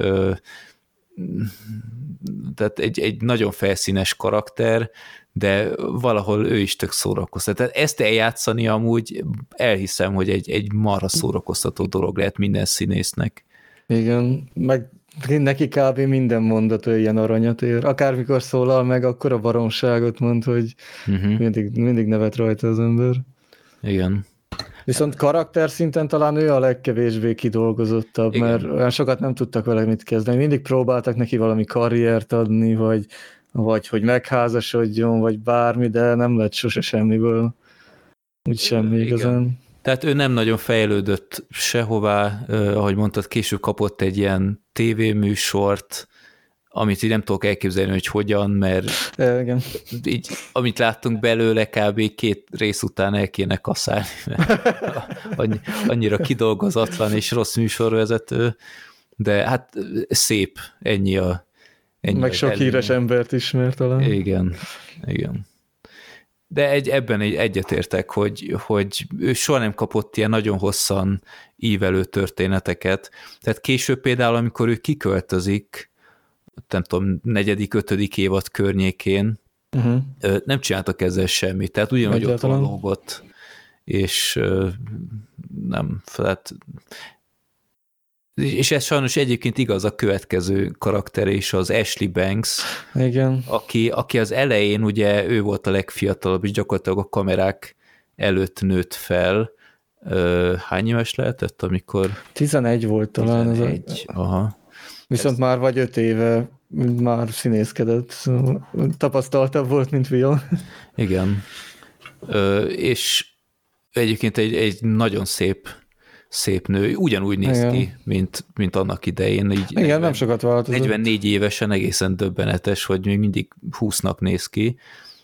tehát egy nagyon felszínes karakter, de valahol ő is tök szórakoztató. Tehát ezt eljátszani amúgy elhiszem, hogy egy marha szórakoztató dolog lehet minden színésznek. Igen, meg neki kb. Minden mondat ilyen aranyat ér. Akármikor szólal meg, akkor a baromságot mond, hogy mindig nevet rajta az ember. Igen. Viszont karakter szinten talán ő a legkevésbé kidolgozottabb, igen. Mert olyan sokat nem tudtak vele mit kezdeni. Mindig próbáltak neki valami karriert adni, vagy hogy megházasodjon, vagy bármi, de nem lett sose semmiből. Úgy semmi igazán. Tehát ő nem nagyon fejlődött sehová, ahogy mondtad, később kapott egy ilyen tévéműsort, amit így nem tudok elképzelni, hogy hogyan, mert Igen. így, amit láttunk belőle, kb. 2 rész után el kéne kaszálni, mert annyira kidolgozatlan és rossz műsorvezető, de hát szép, ennyi Meg sok híres embert ismer talán. Igen, igen. De ebben egyetértek, hogy ő soha nem kapott ilyen nagyon hosszan ívelő történeteket. Tehát később például, amikor ő kiköltözik, nem tudom, 4.-5. évad környékén, nem csináltak ezzel semmit. Tehát ugyanúgy ott lógott, és nem, tehát és ez sajnos egyébként igaz a következő karakter is, az Ashley Banks, igen. Aki az elején, ugye ő volt a legfiatalabb, és gyakorlatilag a kamerák előtt nőtt fel. Hány éves lehetett, amikor? 11 volt talán. 11, aha. Viszont már vagy 5 éve már színészkedett, szóval tapasztaltabb volt, mint Will. Igen. És egyébként egy nagyon szép nő, ugyanúgy néz igen. ki, mint annak idején. Így igen, 40, nem sokat változott. 44 évesen egészen döbbenetes, hogy még mindig 20-nak néz ki.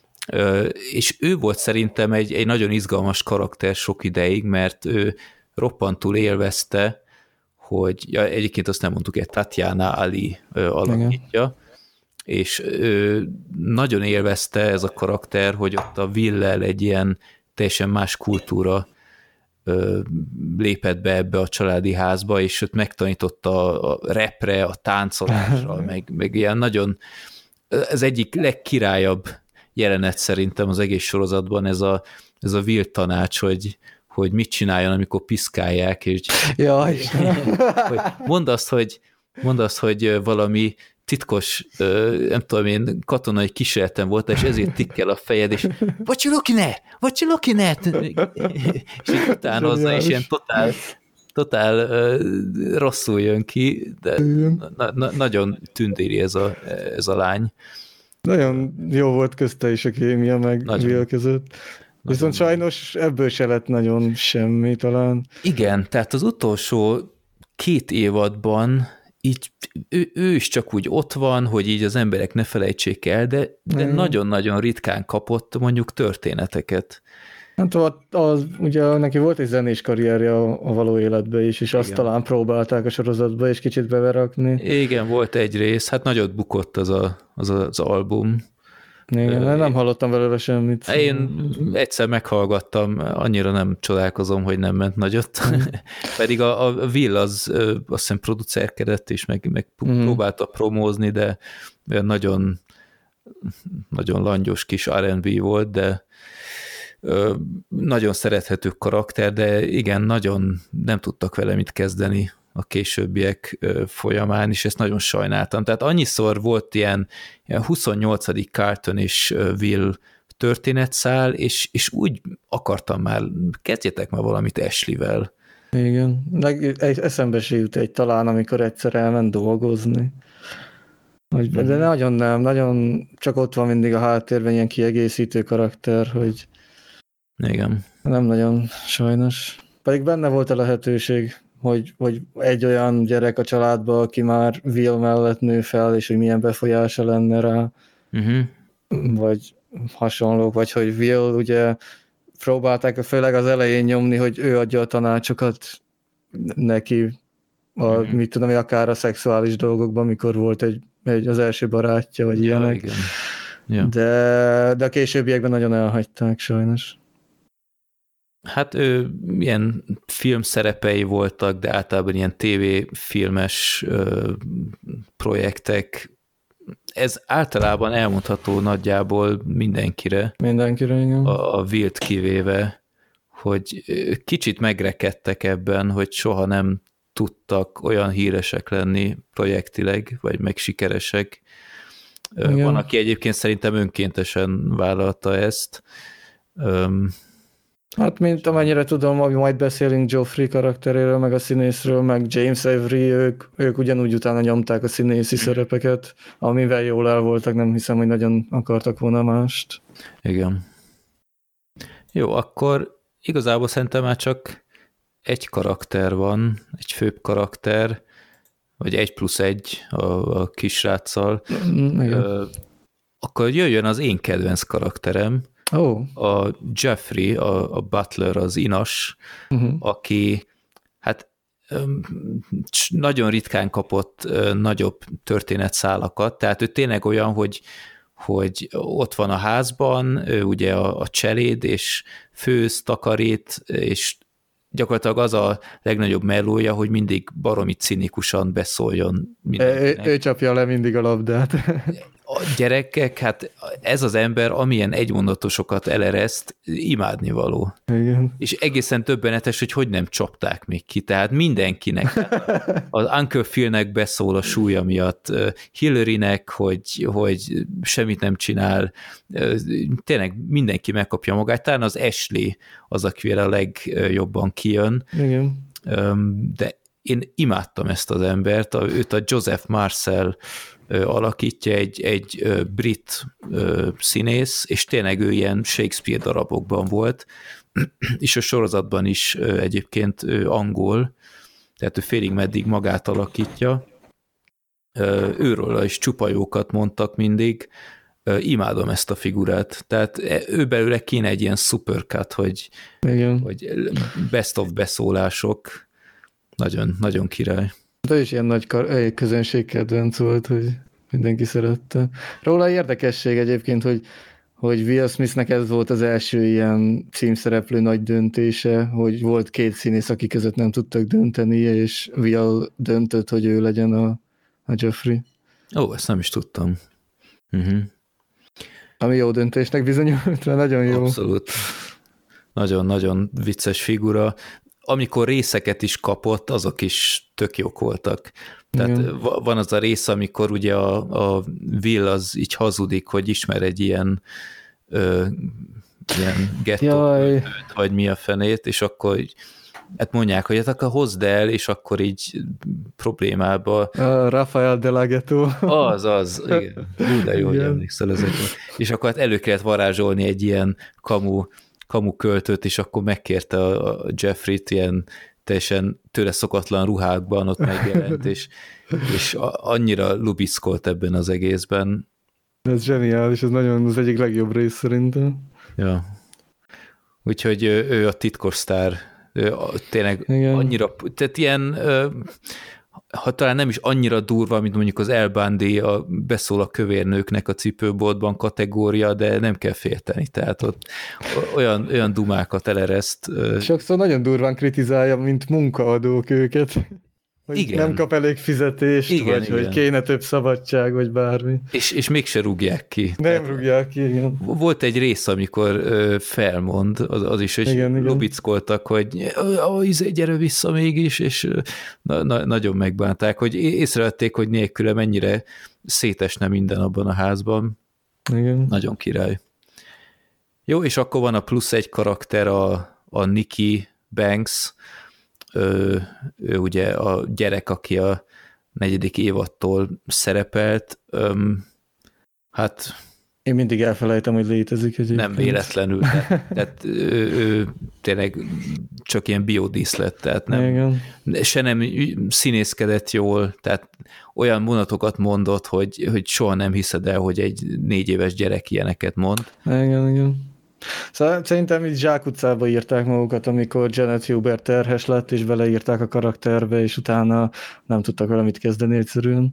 És ő volt szerintem egy nagyon izgalmas karakter sok ideig, mert ő roppantul élvezte, hogy egyébként azt nem mondtuk, Tatjana Ali alakítja, igen. És ő nagyon élvezte ez a karakter, hogy ott a Will-lel egy ilyen teljesen más kultúra lépett be ebbe a családi házba, és őt megtanította a repre, a táncolásra, meg ilyen nagyon, ez egyik legkirályabb jelenet szerintem az egész sorozatban, ez a Will tanács, hogy mit csináljon, amikor piszkálják, és hogy mondd azt, hogy valami titkos, nem tudom én, katonai kísérletem volt, és ezért tikkel a fejed, és what you looking at? És így utánozza, és ilyen totál rosszul jön ki, de nagyon tündéri ez a lány. Nagyon jó volt közte is a kémia, meg Will között. Viszont sajnos ebből se lett nagyon semmi talán. Igen, tehát az utolsó 2 évadban így ő is csak úgy ott van, hogy így az emberek ne felejtsék el, de nagyon-nagyon ritkán kapott mondjuk történeteket. Hát ugye neki volt egy zenés karrierje a való életben is, és azt talán próbálták a sorozatba és kicsit beverakni. Igen, volt egy rész, hát nagyot bukott az album. Igen, nem hallottam belőle semmit. Én egyszer meghallgattam, annyira nem csodálkozom, hogy nem ment nagyot. Pedig a Will azt hiszem producerkedett, és meg próbálta promózni, de nagyon, nagyon langyos kis R&B volt, de nagyon szerethető karakter, de igen, nagyon nem tudtak vele mit kezdeni a későbbiek folyamán, és ezt nagyon sajnáltam. Tehát annyiszor volt ilyen 28. Carlton és Will történetszál, és úgy akartam már, kezdjetek már valamit Ashley-vel. Igen, eszembe se jut talán, amikor egyszer elment dolgozni. De nagyon nem, nagyon csak ott van mindig a háttérben ilyen kiegészítő karakter, hogy igen. Nem nagyon, sajnos. Pedig benne volt a lehetőség, hogy egy olyan gyerek a családba, aki már Will mellett nő fel, és hogy milyen befolyása lenne rá, vagy hasonlók, vagy hogy Will ugye próbálták főleg az elején nyomni, hogy ő adja a tanácsokat neki, mit tudom, akár a szexuális dolgokban, mikor volt az első barátja, vagy ilyenek. Igen. Ja. De a későbbiekben nagyon elhagyták, sajnos. Hát ilyen filmszerepei voltak, de általában ilyen tévéfilmes projektek. Ez általában elmondható nagyjából mindenkire. Mindenkire, igen. A Will-t kivéve, hogy kicsit megrekedtek ebben, hogy soha nem tudtak olyan híresek lenni projektileg, vagy meg sikeresek. Igen. Van, aki egyébként szerintem önkéntesen vállalta ezt. Hát, mint amennyire tudom, ami majd beszélünk Joffrey karakteréről, meg a színészről, meg James Avery, ők ugyanúgy utána nyomták a színészi szerepeket, amivel jól el voltak, nem hiszem, hogy nagyon akartak volna mást. Igen. Jó, akkor igazából szerintem már csak egy karakter van, egy főbb karakter, vagy 1+1 a kisráccal, akkor jöjjön az én kedvenc karakterem, a Jeffrey, a Butler, az inas, aki hát nagyon ritkán kapott nagyobb történetszálakat, tehát ő tényleg olyan, hogy ott van a házban, ő ugye a cseléd, és főz, takarít, és gyakorlatilag az a legnagyobb mellója, hogy mindig baromi cinikusan beszóljon mindenkinek. Ő csapja le mindig a labdát. A gyerekek, hát ez az ember, amilyen egymondatosokat elereszt, imádnivaló. Igen. És egészen többenetes, hogy nem csapták még ki, tehát mindenkinek. Az Uncle Philnek beszól a súlya miatt, Hillarynek, hogy semmit nem csinál, tényleg mindenki megkapja magát, talán az Ashley az, akivel a legjobban kijön. Igen. De én imádtam ezt az embert, őt a Joseph Marcel alakítja, egy brit színész, és tényleg ő ilyen Shakespeare darabokban volt, és a sorozatban is egyébként angol, tehát ő félig meddig magát alakítja. Őről is csupa jókat mondtak mindig, imádom ezt a figurát, tehát ő belőle kéne egy ilyen supercut, hogy best of beszólások, nagyon, nagyon király. De is ilyen nagy közönségkedvenc volt, hogy mindenki szerette. Róla érdekesség egyébként, hogy Will Smithnek ez volt az első ilyen címszereplő nagy döntése, hogy volt két színész, akik között nem tudtak dönteni, és Will döntött, hogy ő legyen a Jeffrey. Ó, ezt nem is tudtam. Ami jó döntésnek bizonyult, nagyon jó. Abszolút. Nagyon-nagyon vicces figura. Amikor részeket is kapott, azok is tök jók voltak. Tehát van az a rész, amikor ugye a Will az így hazudik, hogy ismer egy ilyen gettó, vagy mi a fenét, és akkor hát mondják, hogy hát akkor hozd el, és akkor így problémába. Rafael de la Ghetto. Az, igen. De jó, hogy emlékszel ezekre. És akkor hát elő kellett varázsolni egy ilyen kamu költőt, és akkor megkérte a Jeffrey-t ilyen teljesen tőle szokatlan ruhákban ott megjelent, és annyira lubiszkolt ebben az egészben. Ez zseniális, ez nagyon az egyik legjobb rész szerintem. Ja. Úgyhogy ő a titkos sztár, tényleg annyira, tehát ilyen, ha talán nem is annyira durva, mint mondjuk az El Bundy, beszól a kövérnőknek a cipőboltban kategória, de nem kell félteni, tehát ott olyan dumákat elereszt. Sokszor nagyon durván kritizálja, mint munkaadók őket. Hogy igen. Nem kap elég fizetést, igen, hogy kéne több szabadság, vagy bármi. És mégse rúgják ki. Nem rúgják ki, igen. Volt egy rész, amikor felmond, az is, hogy lubickoltak, hogy gyere vissza mégis, és nagyon megbánták, hogy észrevették, hogy nélküle mennyire szétesne minden abban a házban. Igen. Nagyon király. Jó, és akkor van a plusz egy karakter, a Nikki Banks, ő ugye a gyerek, aki a 4. évadtól szerepelt, hát én mindig elfelejtem, hogy létezik. Nem véletlenül, tehát ő tényleg csak ilyen biodíszlet, tehát se nem színészkedett jól, tehát olyan mondatokat mondott, hogy soha nem hiszed el, hogy egy 4 éves gyerek ilyeneket mond. Igen. Szóval szerintem így zsákutcába írták magukat, amikor Janet Hubert terhes lett, és beleírták a karakterbe, és utána nem tudtak vele mit kezdeni egyszerűen.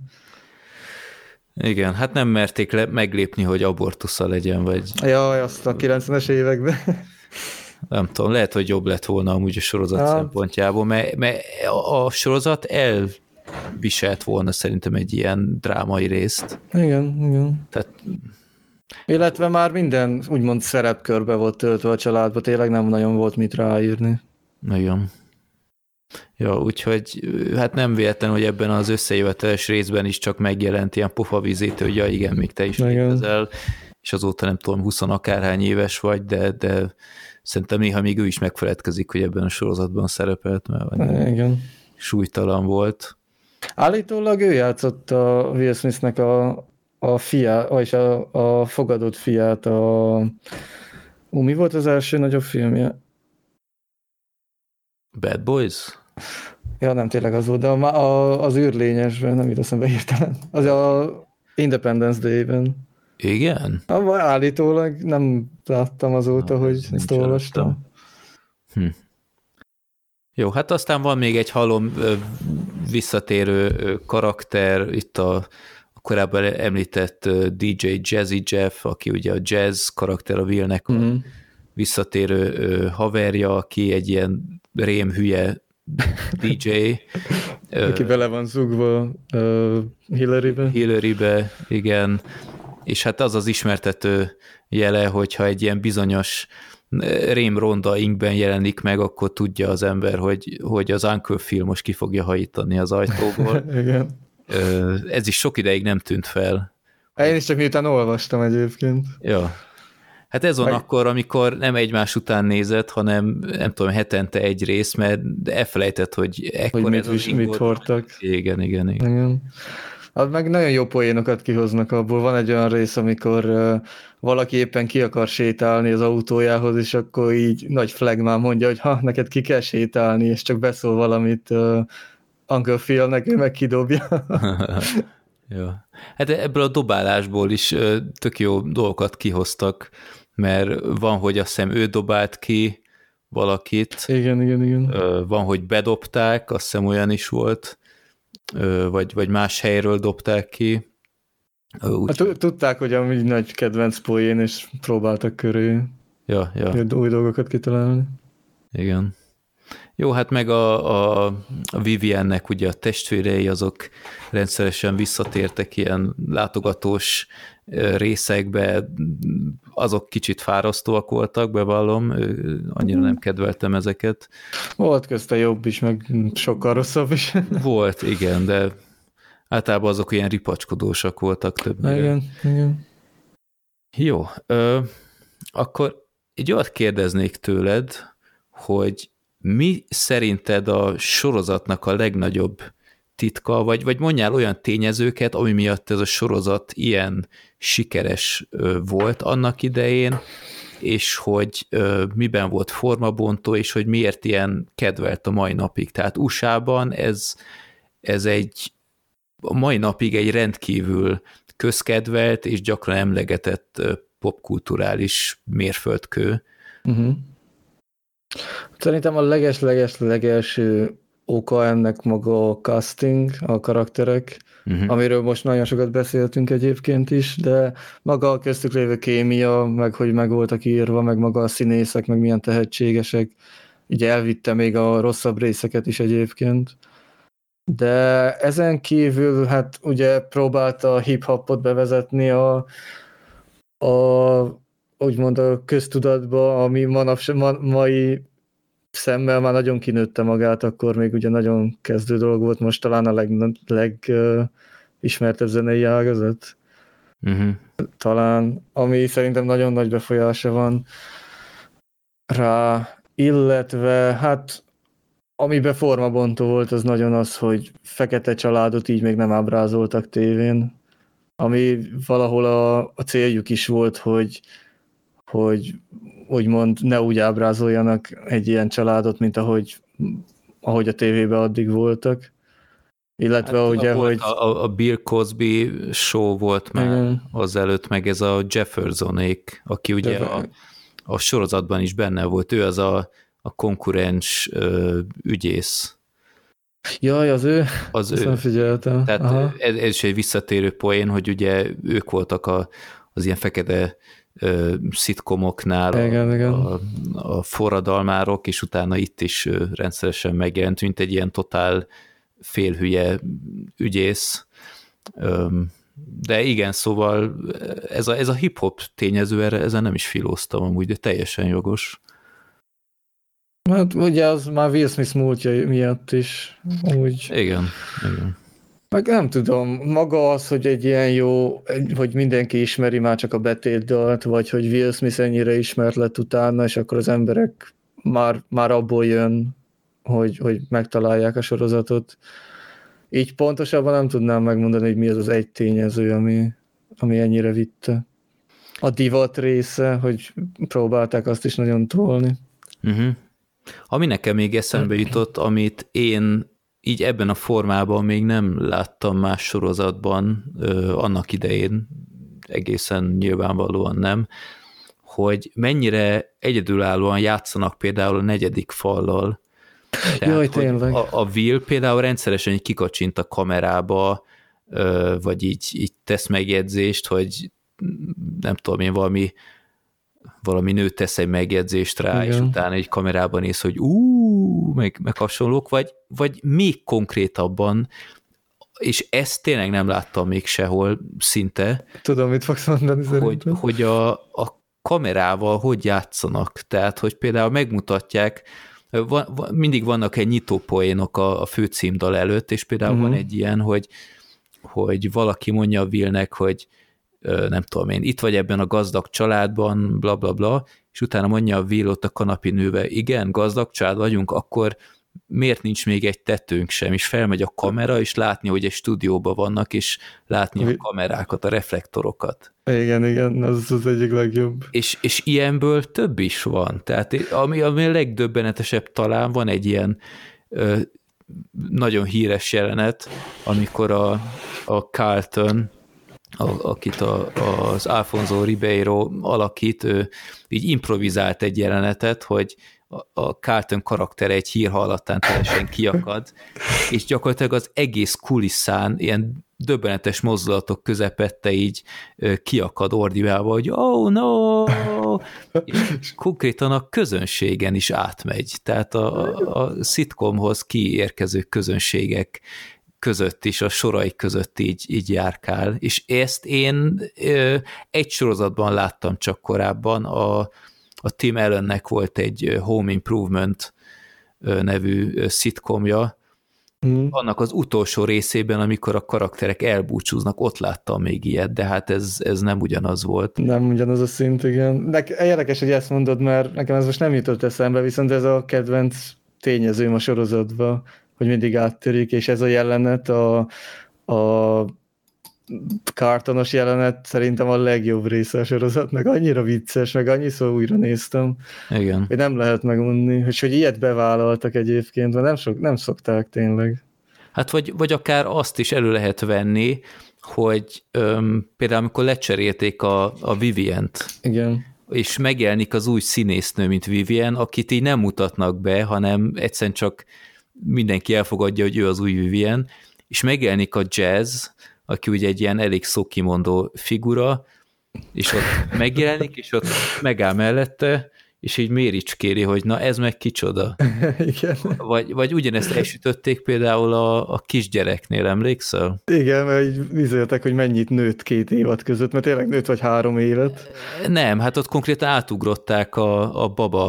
Igen, hát nem merték meglépni, hogy abortusza legyen, vagy... Jaj, azt a 90-es években. Nem tudom, lehet, hogy jobb lett volna amúgy a sorozat szempontjából, mert a sorozat elviselt volna szerintem egy ilyen drámai részt. Igen. Tehát... Illetve már minden úgymond szerepkörbe volt töltve a családba, tényleg nem nagyon volt mit ráírni. Igen. Ja, úgyhogy hát nem véletlen, hogy ebben az összejöveteles részben is csak megjelent ilyen pofavízét, hogy ja igen, még te is létezel, és azóta nem tudom, 20 akárhány éves vagy, de szerintem néha még ő is megfeledkezik, hogy ebben a sorozatban szerepelt, mert igen. Súlytalan volt. Állítólag ő játszott a Will Smithnek a fiát, vagyis a fogadott fiát, mi volt az első nagyobb filmje? Bad Boys? Ja, nem tényleg az volt, de az űrlényesben nem jut eszembe hirtelen. Az a Independence Day-ben. Igen? Állítólag nem láttam azóta, hogy ezt olvastam. Jó, hát aztán van még egy halom visszatérő karakter, itt a korábban említett DJ Jazzy Jeff, aki ugye a jazz karakter, a Willnek a visszatérő haverja, aki egy ilyen rémhülye DJ. Aki bele van zugva Hillarybe. Hillarybe, igen. És hát az az ismertető jele, hogyha egy ilyen bizonyos rémronda inkben jelenik meg, akkor tudja az ember, hogy az Uncle Phil most ki fogja hajítani az ajtóból. Igen. Ez is sok ideig nem tűnt fel. Én is csak miután olvastam egyébként. Ja. Hát ez van akkor, amikor nem egymás után nézett, hanem nem tudom, hetente egy rész, mert elfelejtett, hogy ekkor hogy mit hordtak. Igen. Hát meg nagyon jó poénokat kihoznak abból. Van egy olyan rész, amikor valaki éppen ki akar sétálni az autójához, és akkor így nagy flagmán mondja, hogy neked ki kell sétálni, és csak beszól valamit Uncle Philnek, ő meg kidobja. Jó. Hát ebből a dobálásból is tök jó dolgokat kihoztak, mert van, hogy azt hiszem ő dobált ki valakit. Igen. Van, hogy bedobták, azt hiszem olyan is volt, vagy más helyről dobták ki. Tudták, hogy amúgy nagy kedvenc poén, és próbáltak köré új dolgokat kitalálni. Igen. Jó, hát meg a Viviannek ugye a testvérei, azok rendszeresen visszatértek ilyen látogatós részekbe, azok kicsit fárasztóak voltak, bevallom, annyira nem kedveltem ezeket. Volt közte jobb is, meg sokkal rosszabb is. Volt, igen, de általában azok ilyen ripacskodósak voltak többnyire. Igen. Jó, akkor egy olyat kérdeznék tőled, hogy mi szerinted a sorozatnak a legnagyobb titka, vagy mondjál olyan tényezőket, ami miatt ez a sorozat ilyen sikeres volt annak idején, és hogy miben volt formabontó, és hogy miért ilyen kedvelt a mai napig. Tehát USA-ban ez a mai napig egy rendkívül közkedvelt és gyakran emlegetett popkulturális mérföldkő. Szerintem a legelső oka ennek maga a casting, a karakterek, amiről most nagyon sokat beszéltünk egyébként is, de maga a köztük lévő kémia, meg hogy meg voltak írva, meg maga a színészek, meg milyen tehetségesek, így elvitte még a rosszabb részeket is egyébként. De ezen kívül hát ugye próbálta a hip-hopot bevezetni úgymond a köztudatba, ami mai szemmel már nagyon kinőtte magát, akkor még ugye nagyon kezdő dolog volt, most talán a legismertebb zenei ágazat. Talán, ami szerintem nagyon nagy befolyása van rá, illetve hát amiben formabontó volt, az nagyon az, hogy fekete családot így még nem ábrázoltak tévén, ami valahol a céljuk is volt, hogy úgymond ne úgy ábrázoljanak egy ilyen családot, mint ahogy a tévében addig voltak. Illetve hát ugye, hogy... A Bill Cosby show volt már azelőtt, meg ez a Jeffersonék, aki ugye a sorozatban is benne volt. Ő az a konkurens ügyész. Jaj, az ő? Azt nem figyeltem. Tehát ez is egy visszatérő poén, hogy ugye ők voltak az ilyen fekete szitkomoknál a forradalmárok, és utána itt is rendszeresen megjelent, mint egy ilyen totál félhülye ügyész. De igen, szóval ez a hip-hop tényező, ezen nem is filóztam amúgy, de teljesen jogos. Hát ugye az már Will Smith múltja miatt is. Úgy. Igen. Meg nem tudom, maga az, hogy egy ilyen jó, hogy mindenki ismeri már csak a betétdalt, vagy hogy Will Smith ennyire ismert lett utána, és akkor az emberek már abból jön, hogy megtalálják a sorozatot. Így pontosabban nem tudnám megmondani, hogy mi az egy tényező, ami ennyire vitte. A divat része, hogy próbálták azt is nagyon tolni. Ami nekem még eszembe jutott, amit én így ebben a formában még nem láttam más sorozatban annak idején, egészen nyilvánvalóan nem, hogy mennyire egyedülállóan játszanak például a negyedik fallal. Tehát, tényleg. A Will például rendszeresen így kikacsint a kamerába, vagy így tesz megjegyzést, hogy nem tudom én, valami nő tesz egy megjegyzést rá, igen. És utána egy kamerában néz, hogy meg hasonlók, vagy még konkrétabban, és ezt tényleg nem láttam még sehol szinte. Tudom, mit fogsz mondani szerintem. Hogy a kamerával hogy játszanak, tehát, hogy például megmutatják, mindig vannak egy nyitópoénok a főcímdal előtt, és például van egy ilyen, hogy valaki mondja a Willnek, hogy nem tudom én, itt vagy ebben a gazdag családban, bla bla bla, és utána mondja a Will ott a kanapinővel, igen, gazdag család vagyunk, akkor miért nincs még egy tetőnk sem, és felmegy a kamera, és látni, hogy egy stúdióban vannak, és látni a kamerákat, a reflektorokat. Igen, az egyik legjobb. És ilyenből több is van, tehát ami a legdöbbenetesebb talán van egy ilyen nagyon híres jelenet, amikor a Carlton, akit az Alfonso Ribeiro alakít, ő így improvizált egy jelenetet, hogy a Carlton karaktere egy hír hallatán teljesen kiakad, és gyakorlatilag az egész kulisszán ilyen döbbenetes mozdulatok közepette így kiakad ordibálva, hogy oh no, és konkrétan a közönségen is átmegy, tehát a szitkomhoz kiérkező közönségek között is, a sorai között így járkál, és ezt én egy sorozatban láttam csak korábban, a Tim Allennek volt egy Home Improvement nevű szitkomja, annak az utolsó részében, amikor a karakterek elbúcsúznak, ott láttam még ilyet, de hát ez nem ugyanaz volt. Nem ugyanaz a szint, igen. Érdekes, hogy ezt mondod, mert nekem ez most nem jutott eszembe, viszont ez a kedvenc tényezőm a sorozatban, hogy mindig áttörik, és ez a jelenet, a Carltonos jelenet szerintem a legjobb része a sorozatnak, annyira vicces, meg annyiszor újra néztem, igen. Hogy nem lehet megmondni, hogy ilyet bevállaltak egyébként, mert nem szokták tényleg. Hát vagy akár azt is elő lehet venni, hogy például amikor lecserélték a Vivient, igen. És megjelenik az új színésznő, mint Vivien, akit így nem mutatnak be, hanem egyszerűen csak mindenki elfogadja, hogy ő az új Vivien, és megjelenik a Jazz, aki ugye egy ilyen elég szókimondó figura, és ott megjelenik, és ott megáll mellette, és így méricskéri, hogy na ez meg kicsoda. Igen. Vagy ugyanezt elsütötték például a kisgyereknél, emlékszel? Igen, mert így bizonyítek, hogy mennyit nőtt 2 évad között, mert tényleg nőtt vagy 3 évet. Nem, hát ott konkrétan átugrották a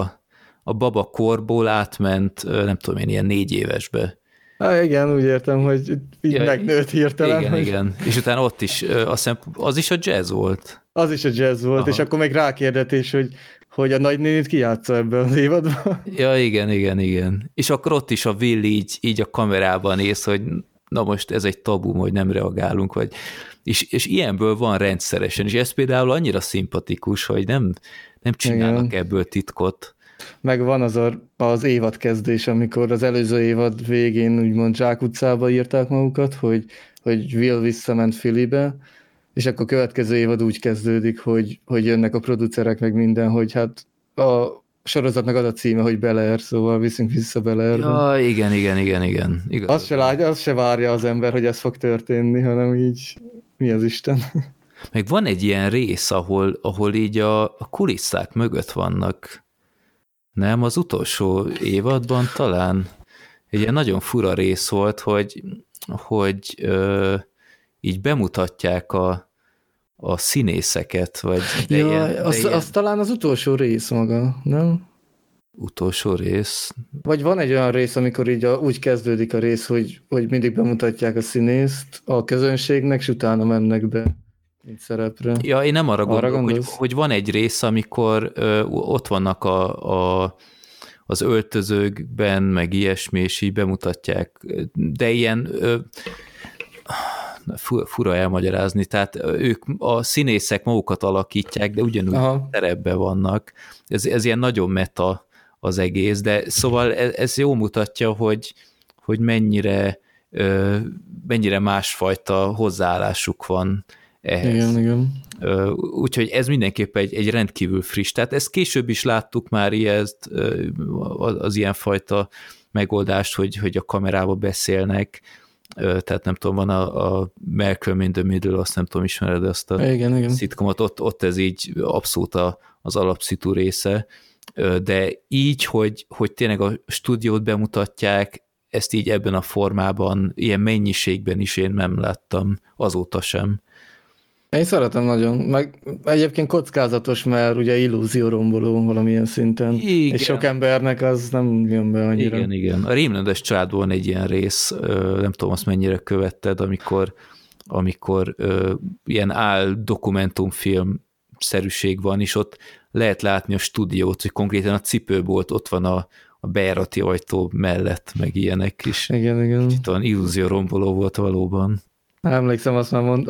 baba korból átment, nem tudom én, ilyen 4 évesbe. Igen, úgy értem, hogy így megnőtt hirtelen. Igen. És utána ott is, azt hiszem, az is a Jazz volt. Az is a Jazz volt, aha. És akkor még rákérdetés, hogy a nagynénit ki játsza ebben az évadban. Ja, igen. És akkor ott is a Will így a kamerában néz, hogy na most ez egy tabu, hogy nem reagálunk, és ilyenből van rendszeresen, és ez például annyira szimpatikus, hogy nem csinálnak ebből titkot. Meg van az évad kezdés, amikor az előző évad végén úgymond zsákutcába írták magukat, hogy Will visszament Phillybe, és akkor a következő évad úgy kezdődik, hogy jönnek a producerek meg minden, hogy hát a sorozatnak az a címe, hogy Bel Air, szóval viszünk vissza Bel Airbe. Ja, igen. Igaz. Azt se várja az ember, hogy ez fog történni, hanem így mi az Isten. Meg van egy ilyen rész, ahol így a kulisszák mögött vannak. Nem, az utolsó évadban talán egy ilyen nagyon fura rész volt, hogy így bemutatják a színészeket, vagy... Az talán az utolsó rész maga, nem? Utolsó rész? Vagy van egy olyan rész, amikor így úgy kezdődik a rész, hogy mindig bemutatják a színészt a közönségnek, és utána mennek be, mint szerepre. Ja, én nem arra gondolok, hogy van egy rész, amikor ott vannak az öltözőkben, meg ilyesmi, és így bemutatják, de ilyen... fura elmagyarázni, tehát ők a színészek magukat alakítják, de ugyanúgy szerepben vannak. Ez ilyen nagyon meta az egész, de szóval ez jó mutatja, hogy hogy mennyire másfajta hozzáállásuk van ehhez. Igen. Úgyhogy ez mindenképpen egy rendkívül friss. Tehát ezt később is láttuk már az ilyenfajta megoldást, hogy a kamerába beszélnek, tehát nem tudom, van a Malcolm in the Middle, azt nem tudom, ismered azt a igen. szitkomot, ott ez így abszolút az alapszitu része, de így, hogy tényleg a stúdiót bemutatják, ezt így ebben a formában, ilyen mennyiségben is én nem láttam azóta sem. Én szeretem nagyon, meg egyébként kockázatos, mert ugye illúzióromboló valamilyen szinten, igen. És sok embernek az nem jön be annyira. Igen. A Rémlendes családból van egy ilyen rész, nem tudom, azt mennyire követted, amikor ilyen dokumentumfilm szerűség van, és ott lehet látni a stúdiót, hogy konkrétan a cipőbolt ott van a bejárati ajtó mellett, meg ilyenek is. Igen. Itt olyan illúzióromboló volt valóban. Emlékszem, azt már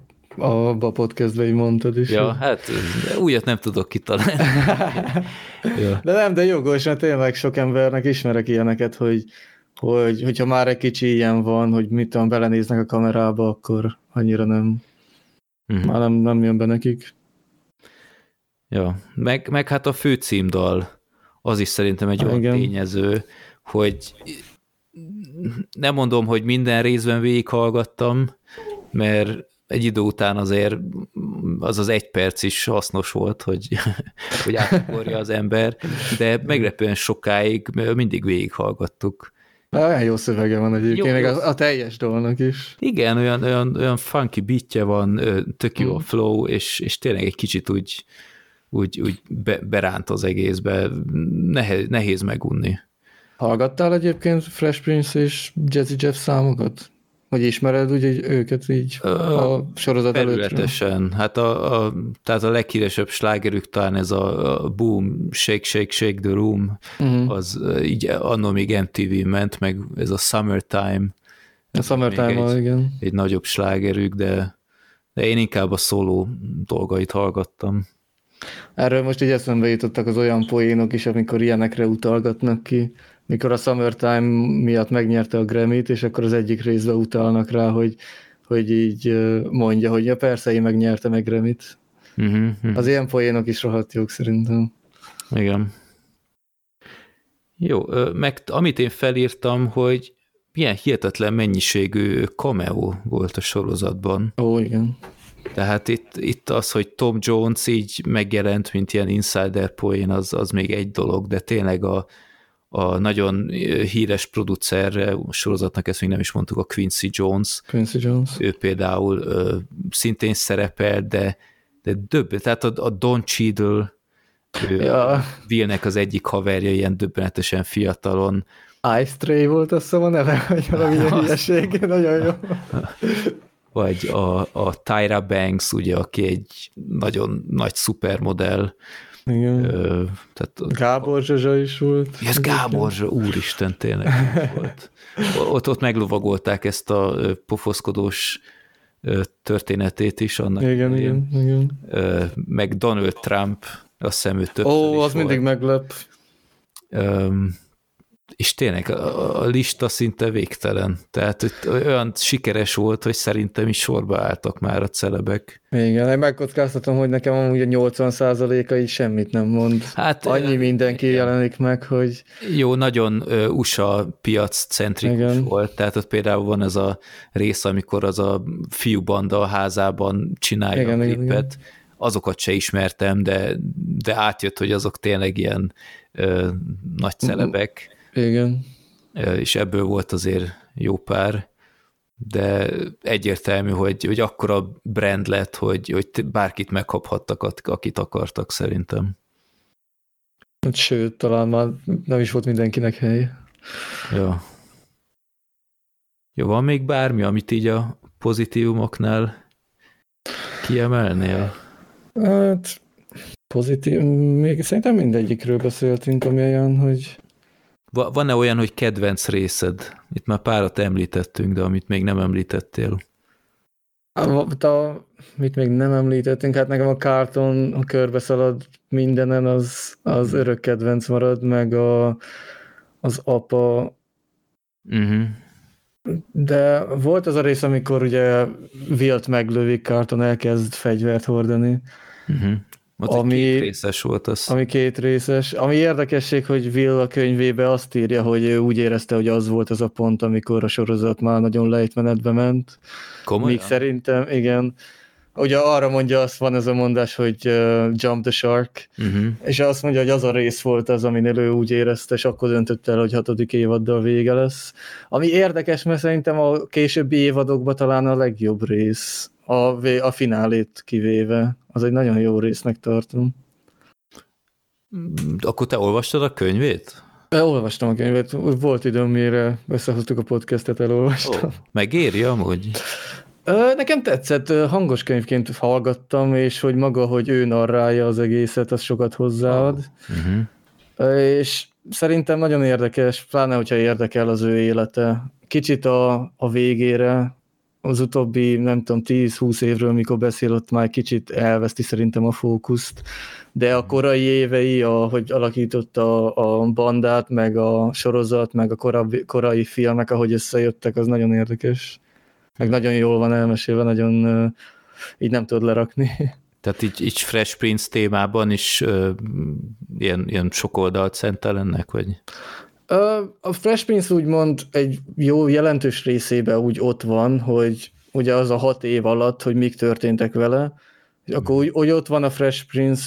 a podcastben így mondtad is. Ja, hát újat nem tudok kitalálni. Ja. De jogos, mert tényleg sok embernek ismerek ilyeneket, hogyha már egy kicsi ilyen van, hogy mit tudom, belenéznek a kamerába, akkor annyira már nem jön be nekik. Ja, meg hát a főcímdal, az is szerintem egy olyan tényező, hogy nem mondom, hogy minden részben végighallgattam, mert egy idő után azért az egy perc is hasznos volt, hogy átugorja az ember, de meglepően sokáig mindig végighallgattuk. Olyan jó szövege van egyébként, meg a teljes dolnak is. Igen, olyan funky beatje van, tök jó a flow, és tényleg egy kicsit úgy beránt az egészbe, nehéz megunni. Hallgattál egyébként Fresh Prince és Jazzy Jeff számokat? Hogy ismered ugye őket így a sorozat területesen. Hát tehát a leghíresebb slágerük talán ez a Boom, Shake the Room, az így anno még MTV ment, meg ez a Summertime. A Summertime, igen. Egy nagyobb slágerük, de én inkább a szóló dolgait hallgattam. Erről most így eszembe jutottak az olyan poénok is, amikor ilyenekre utalgatnak ki, mikor a Summertime miatt megnyerte a Grammy-t, és akkor az egyik részbe utalnak rá, hogy így mondja, hogy ja persze, én megnyertem a Grammy-t. Az ilyen poénok is rohadt jók szerintem. Igen. Jó, meg amit én felírtam, hogy milyen hihetetlen mennyiségű cameo volt a sorozatban. Ó, igen. Tehát itt az, hogy Tom Jones így megjelent, mint ilyen insider poén, az még egy dolog, de tényleg a nagyon híres producer sorozatnak, ezt még nem is mondtuk, a Quincy Jones. Ő például szintén szerepel, de tehát a Don Cheadle, Willnek az egyik haverja, ilyen döbbenetesen fiatalon. Ice Tray volt azt hiszem a neve, vagy valamilyen hülyeség, nagyon jó. Vagy a Tyra Banks, ugye, aki egy nagyon nagy szupermodell. Igen. Tehát Gábor Zsazsa is volt. Ez Gábor Zsazsa, úristen, tényleg volt. Ott meglovagolták ezt a pofoszkodós történetét is annak. Igen. Meg Donald Trump, azt hiszem ő többször is az volt. Mindig meglep. És tényleg a lista szinte végtelen. Tehát olyan sikeres volt, hogy szerintem is sorba álltak már a celebek. Igen, én megkockáztatom, hogy nekem amúgy a 80%-a így semmit nem mond. Hát, annyi mindenki jelenik meg, hogy... Jó, nagyon USA piaccentrikus volt. Tehát ott például van ez a rész, amikor az a fiúbanda a házában csinálja a klipet. Azokat se ismertem, de átjött, hogy azok tényleg ilyen nagy celebek. Igen. És ebből volt azért jó pár, de egyértelmű, hogy akkora brand lett, hogy bárkit megkaphattak, akit akartak szerintem. Sőt, talán már nem is volt mindenkinek hely. Ja. Jó, van még bármi, amit így a pozitívumoknál kiemelnél? Hát, pozitív, még szerintem mindegyikről beszéltünk, ami olyan, hogy... Van-e olyan, hogy kedvenc részed? Itt már párat említettünk, de amit még nem említettél. Mit még nem említettünk, hát nekem a Carlton, a körbeszalad mindenen, az örök kedvenc marad, meg az apa Uh-huh. De volt az a rész, amikor ugye Wilt meglövik, Carlton elkezd fegyvert hordani, Uh-huh. Ott egy két részes volt az. ami két részes. Ami érdekesség, hogy Will a könyvébe azt írja, hogy ő úgy érezte, hogy az volt az a pont, amikor a sorozat már nagyon lejtmenetbe ment. Komolyan? Míg szerintem, igen, ugye arra mondja, azt van ez a mondás, hogy jump the shark, és azt mondja, hogy az a rész volt az, aminél ő úgy érezte, és akkor döntött el, hogy 6. évaddal vége lesz. Ami érdekes, mert szerintem a későbbi évadokban talán a legjobb rész, a finálét kivéve. Az egy nagyon jó résznek tartom. Akkor te olvastad a könyvét? Olvastam a könyvet, volt időm, mire összehoztuk a podcastet, elolvastam. Megéri amúgy? Nekem tetszett, hangos könyvként hallgattam, és hogy maga, hogy ő narrálja az egészet, az sokat hozzáad. És szerintem nagyon érdekes, pláne, hogyha érdekel az ő élete. Kicsit a végére, az utóbbi, nem tudom, 10-20 évről, mikor beszél, ott már kicsit elveszti szerintem a fókuszt. De a korai évei, ahogy alakította a bandát, meg a sorozat, meg a korai filmek, ahogy összejöttek, az nagyon érdekes. Meg nagyon jól van elmesélve, nagyon így nem tudod lerakni. Tehát így Fresh Prince témában is ilyen sok oldalt szentel ennek, vagy? A Fresh Prince úgymond egy jó jelentős részében úgy ott van, hogy ugye az a 6 év alatt, hogy mik történtek vele, és akkor úgy ott van a Fresh Prince,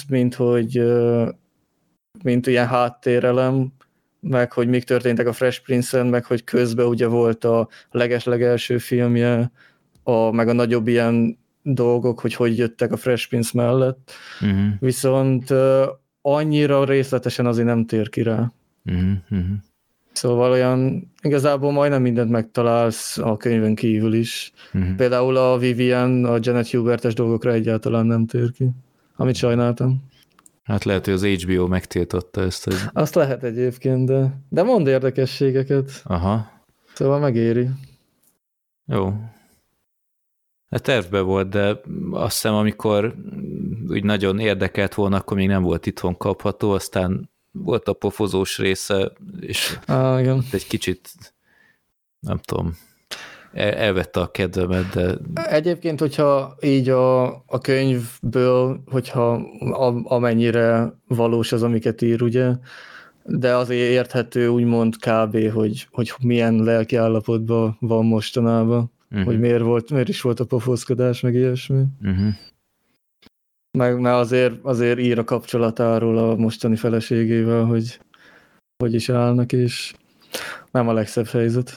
mint ilyen háttérelem, meg hogy mik történtek a Fresh Prince-en, meg hogy közben ugye volt a legeslegelső filmje, meg a nagyobb ilyen dolgok, hogy jöttek a Fresh Prince mellett. Viszont annyira részletesen azért nem tér ki rá. Szóval olyan igazából majdnem mindent megtalálsz a könyvön kívül is. Például a Vivian, a Janet Hubert-es dolgokra egyáltalán nem tér ki, amit sajnáltam. Hát lehet, hogy az HBO megtiltotta ezt. Hogy... Azt lehet egyébként, de mond érdekességeket. Aha. Szóval megéri. Jó. A tervben volt, de azt hiszem, amikor úgy nagyon érdekelt volna, akkor még nem volt itthon kapható, aztán volt a pofozós része, és igen. egy kicsit, nem tudom, elvette a kedvemet, de... Egyébként, hogyha így a könyvből, hogyha amennyire valós az, amiket ír, ugye, de azért érthető úgymond kb., hogy milyen lelki állapotban van mostanában, hogy miért is volt a pofózkodás, meg ilyesmi. Mert azért ír a kapcsolatáról a mostani feleségével, hogy is állnak, és nem a legszebb helyzet.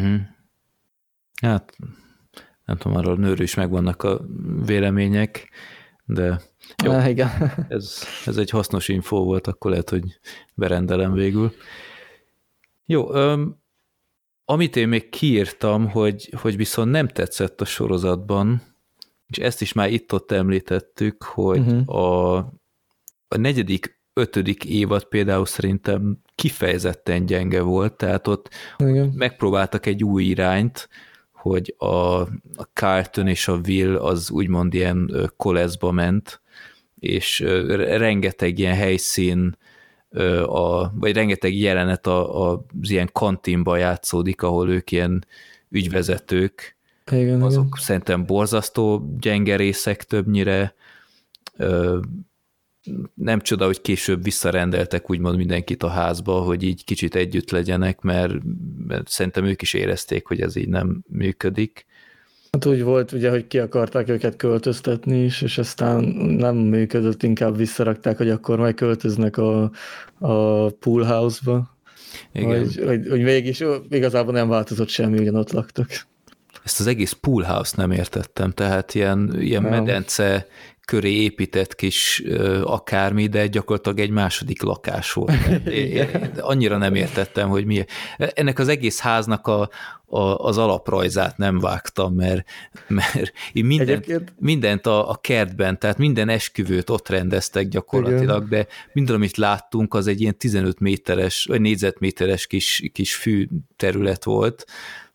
Hát, nem tudom, arról nőről is megvannak a vélemények, de jó, igen. Ez egy hasznos infó volt, akkor lehet, hogy berendelem végül. Jó, amit én még kiírtam, hogy viszont nem tetszett a sorozatban, és ezt is már itt-ott említettük, hogy a 4., 5. évad például szerintem kifejezetten gyenge volt, tehát ott megpróbáltak egy új irányt, hogy a Carlton és a Will az úgymond ilyen koleszba ment, és rengeteg ilyen helyszín, vagy rengeteg jelenet az ilyen kantinba játszódik, ahol ők ilyen ügyvezetők, azok szerintem borzasztó gyenge részek többnyire, nem csoda, hogy később visszarendeltek úgymond mindenkit a házba, hogy így kicsit együtt legyenek, mert szerintem ők is érezték, hogy ez így nem működik. Hát úgy volt ugye, hogy ki akarták őket költöztetni is, és aztán nem működött, inkább visszarakták, hogy akkor majd költöznek a pool house-ba. Igen. Hogy mégis igazából nem változott semmi, ugyanott laktak. Ezt az egész pool house nem értettem, tehát ilyen medence köré épített kis akármi, de gyakorlatilag egy második lakás volt. Annyira nem értettem, hogy mi. Ennek az egész háznak az alaprajzát nem vágtam, mert mindent a kertben, tehát minden esküvőt ott rendeztek gyakorlatilag, de minden, amit láttunk, az egy ilyen 15 méteres, vagy négyzetméteres kis fű terület volt.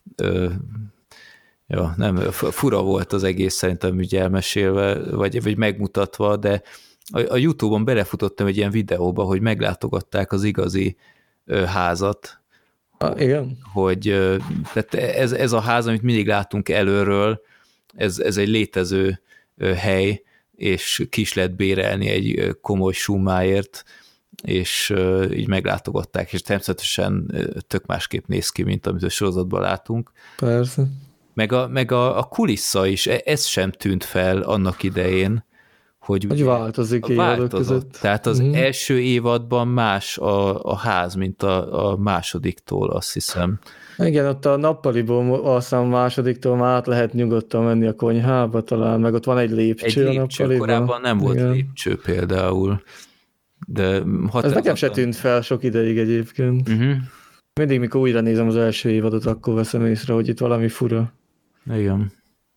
Ja, nem, fura volt az egész szerintem úgy elmesélve, vagy megmutatva, de a YouTube-on belefutottam egy ilyen videóba, hogy meglátogatták az igazi házat, Igen. hogy tehát ez a ház, amit mindig látunk előről, ez egy létező hely, és ki is lehet bérelni egy komoly summáért, és így meglátogatták, és természetesen tök másképp néz ki, mint amit a sorozatban látunk. Persze. Meg a kulissza is, ez sem tűnt fel annak idején, hogy változik évadok között. Tehát az első évadban más a ház, mint a másodiktól, azt hiszem. Igen, ott a nappaliból, aztán a másodiktól már át lehet nyugodtan menni a konyhába talán, meg ott van egy lépcső, a nappaliban. Korábban nem volt lépcső például. De ez nekem se tűnt fel sok ideig egyébként. Mindig, mikor újra nézem az első évadot, akkor veszem észre, hogy itt valami fura. Igen.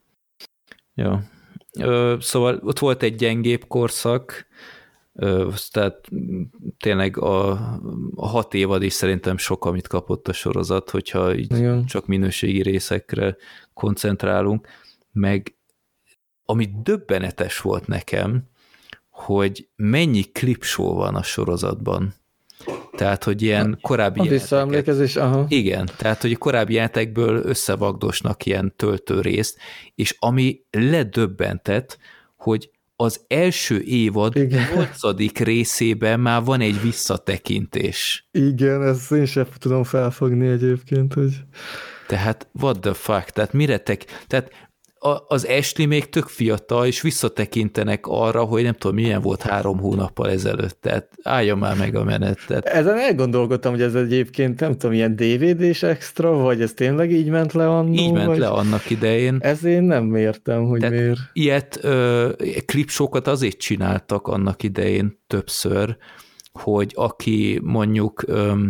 Ja. Szóval ott volt egy gyengébb korszak, tehát tényleg a 6 évad is szerintem sok, amit kapott a sorozat, hogyha így csak minőségi részekre koncentrálunk, meg ami döbbenetes volt nekem, hogy mennyi klipshow van a sorozatban. Tehát, hogy ilyen korábbi visszaemlékezés, igen, tehát, hogy korábbi jelentekből összevagdosnak ilyen töltő részt, és ami ledöbbentett, hogy az első évad 8. részében már van egy visszatekintés. Igen, ezt én sem tudom felfogni egyébként, hogy... Tehát what the fuck, tehát mire tehát az Ashley még tök fiatal, és visszatekintenek arra, hogy nem tudom, milyen volt 3 hónappal ezelőtt, tehát állja már meg a menet. Tehát... Ezen elgondolkodtam, hogy ez egyébként, nem tudom, ilyen DVD-s extra, vagy ez tényleg így ment le annó? Így ment le annak idején. Ez én nem értem, hogy tehát miért. Ilyet klipsókat azért csináltak annak idején többször, hogy aki mondjuk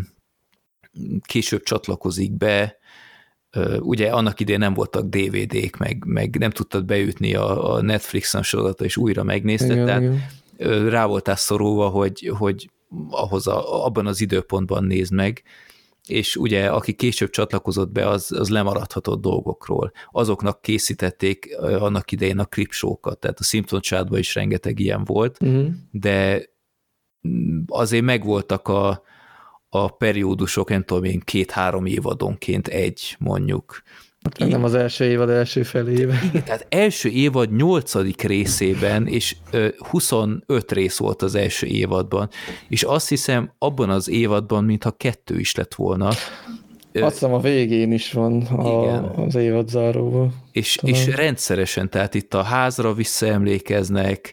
később csatlakozik be, ugye annak idején nem voltak DVD-k, meg nem tudtad beütni a Netflixen sorozatra, és újra megnézted, igen, tehát igen. Rá voltál szorulva, hogy ahhoz abban az időpontban nézd meg, és ugye aki később csatlakozott be, az lemaradhatott dolgokról. Azoknak készítették annak idején a klipsókat, tehát a Simpson Chatban is rengeteg ilyen volt, de azért megvoltak a periódusok, nem tudom én, 2-3 évadonként egy, mondjuk. Nem az első évad első felében. Tehát első évad 8. részében, és 25 rész volt az első évadban, és azt hiszem abban az évadban, mintha 2 is lett volna. Azt hiszem a végén is van az évad záróban. És rendszeresen, tehát itt a házra visszaemlékeznek,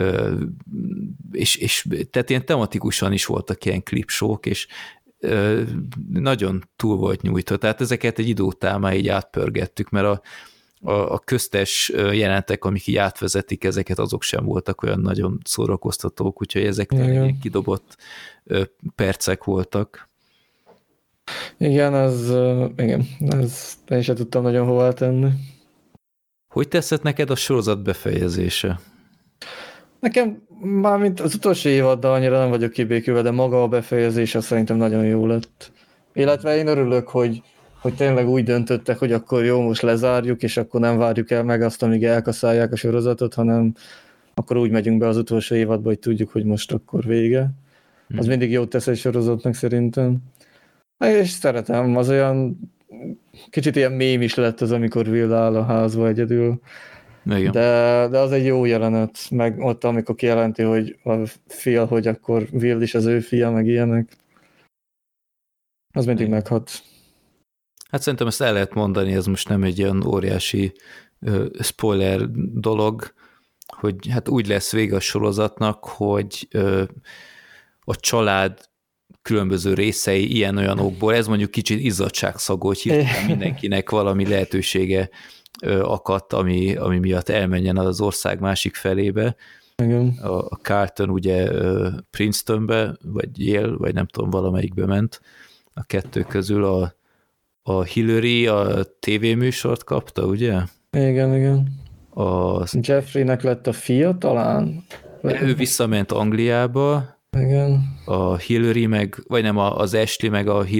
és tehát ilyen tematikusan is voltak ilyen klipsók, és nagyon túl volt nyújtva. Tehát ezeket egy idő után már így átpörgettük, mert a köztes jelentek, amik így átvezetik ezeket, azok sem voltak olyan nagyon szórakoztatók, úgyhogy ezek ilyen kidobott percek voltak. Igen, igen, én sem tudtam nagyon hova tenni. Hogy teszett neked a sorozat befejezése? Nekem mármint az utolsó évaddal annyira nem vagyok kibékülve, de maga a befejezése szerintem nagyon jó lett. Illetve én örülök, hogy tényleg úgy döntöttek, hogy akkor jó, most lezárjuk, és akkor nem várjuk el meg azt, amíg elkaszálják a sorozatot, hanem akkor úgy megyünk be az utolsó évadba, hogy tudjuk, hogy most akkor vége. Az mindig jót tesz egy sorozatnak szerintem. És szeretem, az olyan kicsit ilyen mém is lett az, amikor Will áll a házba egyedül. De az egy jó jelenet, meg ott, amikor kijelenti, hogy a fia, hogy akkor Will is az ő fia, meg ilyenek. Az mindig meghat. Hát szerintem ezt el lehet mondani, ez most nem egy olyan óriási spoiler dolog, hogy hát úgy lesz vége a sorozatnak, hogy a család különböző részei ilyen-olyan okból, ez mondjuk kicsit izzadságszagú, hogy hirtelen mindenkinek valami lehetősége akadt, ami miatt elmenjen az ország másik felébe. Igen. A Carlton ugye Princetonbe, vagy Yale, vagy nem tudom, valamelyikbe ment a 2 közül. A Hillary a tévéműsort kapta, ugye? Igen. Jeffreynek lett a fia talán? Ő visszament Angliába. Igen. A Hillary meg, vagy nem, az Ashley meg a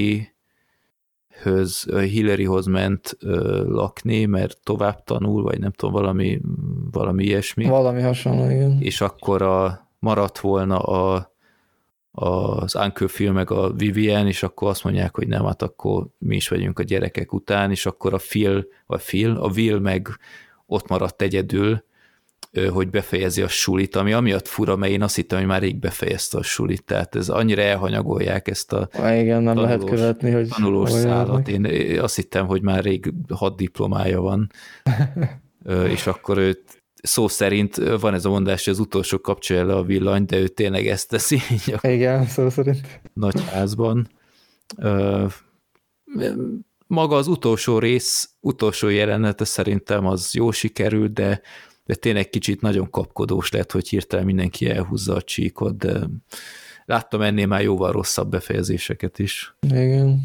Hillaryhoz ment lakni, mert tovább tanul, vagy nem tudom, valami ilyesmi. Valami hasonló, igen. És akkor maradt volna az Uncle Phil meg a Vivian, és akkor azt mondják, hogy nem, hát akkor mi is vagyunk a gyerekek után, és akkor a Will meg ott maradt egyedül, hogy befejezi a sulit, ami amiatt fura, mert én azt hittem, hogy már rég befejezte a sulit, tehát ez annyira elhanyagolják ezt a igen, nem lehet követni, hogy tanulós szállat. Én azt hittem, hogy már rég 6 diplomája van, és akkor őt szó szerint van ez a mondás, hogy az utolsó kapcsolja le a villany, de ő tényleg ezt teszi. Igen, szó szerint. Nagy házban. Maga az utolsó rész, utolsó jelenete szerintem az jó sikerült, de tényleg kicsit nagyon kapkodós lett, hogy hirtelen mindenki elhúzza a csíkot, de láttam ennél már jóval rosszabb befejezéseket is. Igen.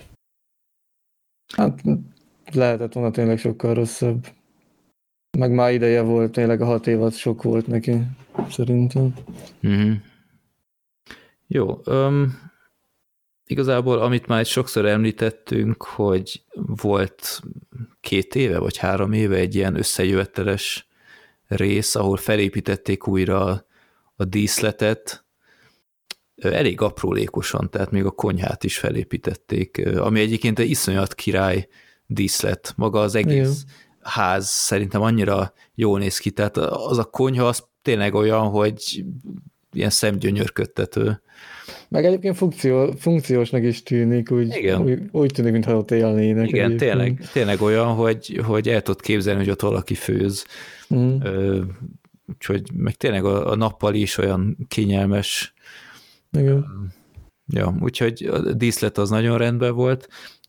Hát lehetett volna tényleg sokkal rosszabb. Meg már ideje volt, tényleg a 6 évad sok volt neki, szerintem. Mm-hmm. Jó. Igazából, amit már sokszor említettünk, hogy volt 2 éve, vagy 3 éve egy ilyen összejöveteles rész, ahol felépítették újra a díszletet, elég aprólékosan, tehát még a konyhát is felépítették, ami egyébként egy iszonyat király díszlet. Maga az egész ház szerintem annyira jól néz ki, tehát az a konyha az tényleg olyan, hogy ilyen szemgyönyörködtető. Meg egyébként funkciósnak is tűnik, úgy tűnik, mintha ott élnének. Igen, tényleg olyan, hogy el tudod képzelni, hogy ott valaki főz. Úgyhogy meg tényleg a nappali is olyan kényelmes. Igen. Ja, úgyhogy a díszlet az nagyon rendben volt.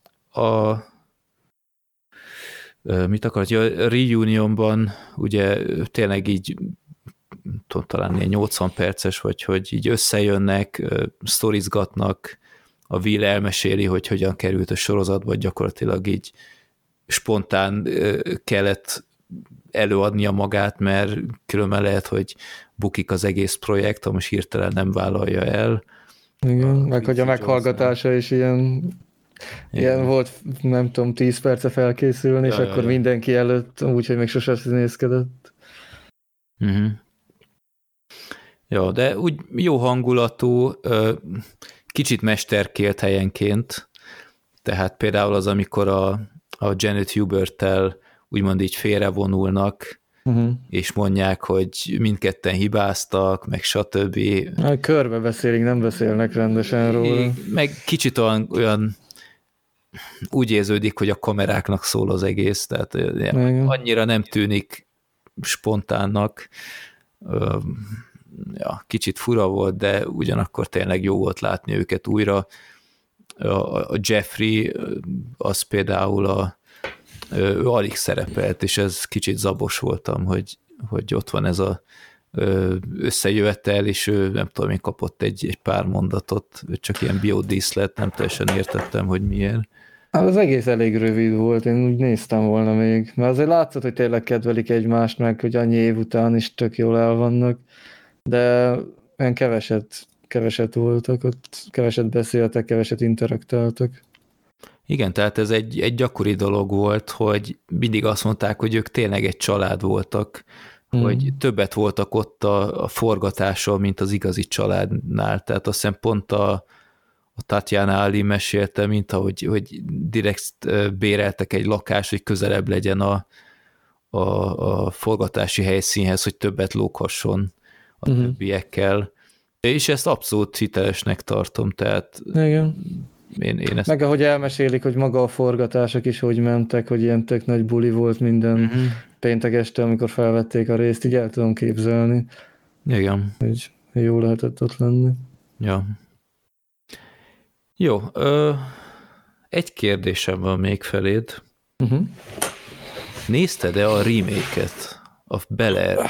Mit akart? A reunionban ugye tényleg így talán 80 perces, vagy hogy így összejönnek, sztorizgatnak, a Will elmeséli, hogy hogyan került a sorozatba, gyakorlatilag így spontán kellett előadnia magát, mert különben lehet, hogy bukik az egész projekt, ha most hirtelen nem vállalja el. Igen, meg hogy a meghallgatása is ilyen volt, nem tudom, 10 perce felkészülni, és akkor mindenki előtt, úgyhogy még sosem színészkedett. Uh-huh. Ja, de úgy jó hangulatú, kicsit mesterkélt helyenként, tehát például az, amikor a Janet Hubert-tel úgymond így félrevonulnak, és mondják, hogy mindketten hibáztak, meg stb. Körbe beszélik, nem beszélnek rendesen róla. Meg kicsit olyan úgy érződik, hogy a kameráknak szól az egész, tehát annyira nem tűnik spontánnak. Ja, kicsit fura volt, de ugyanakkor tényleg jó volt látni őket újra. A Jeffrey, az például ő alig szerepelt, és ez kicsit zabos voltam, hogy ott van ez a összejövetel, és ő nem tudom, én kapott egy pár mondatot, csak ilyen biodíszlet, nem teljesen értettem, hogy miért. Hát az egész elég rövid volt, én úgy néztem volna még, mert azért látszott, hogy tényleg kedvelik egymást, meg hogy annyi év után is tök jól el vannak, de olyan keveset voltak, ott keveset beszéltek, keveset interaktáltak. Igen, tehát ez egy gyakori dolog volt, hogy mindig azt mondták, hogy ők tényleg egy család voltak, hogy többet voltak ott a forgatáson, mint az igazi családnál. Tehát azt hiszem pont a Tatjana Ali mesélte, mint hogy direkt béreltek egy lakást, hogy közelebb legyen a forgatási helyszínhez, hogy többet lóghasson a többiekkel. És ezt abszolút hitelesnek tartom, tehát igen. Én ezt... Meg ahogy elmesélik, hogy maga a forgatások is hogy mentek, hogy ilyen tök nagy buli volt minden péntek este, amikor felvették a részt, így el tudom képzelni. Igen. Hogy jó lehetett ott lenni. Ja. Jó, egy kérdésem van még feléd. Nézted-e a remake-et? A Bel Air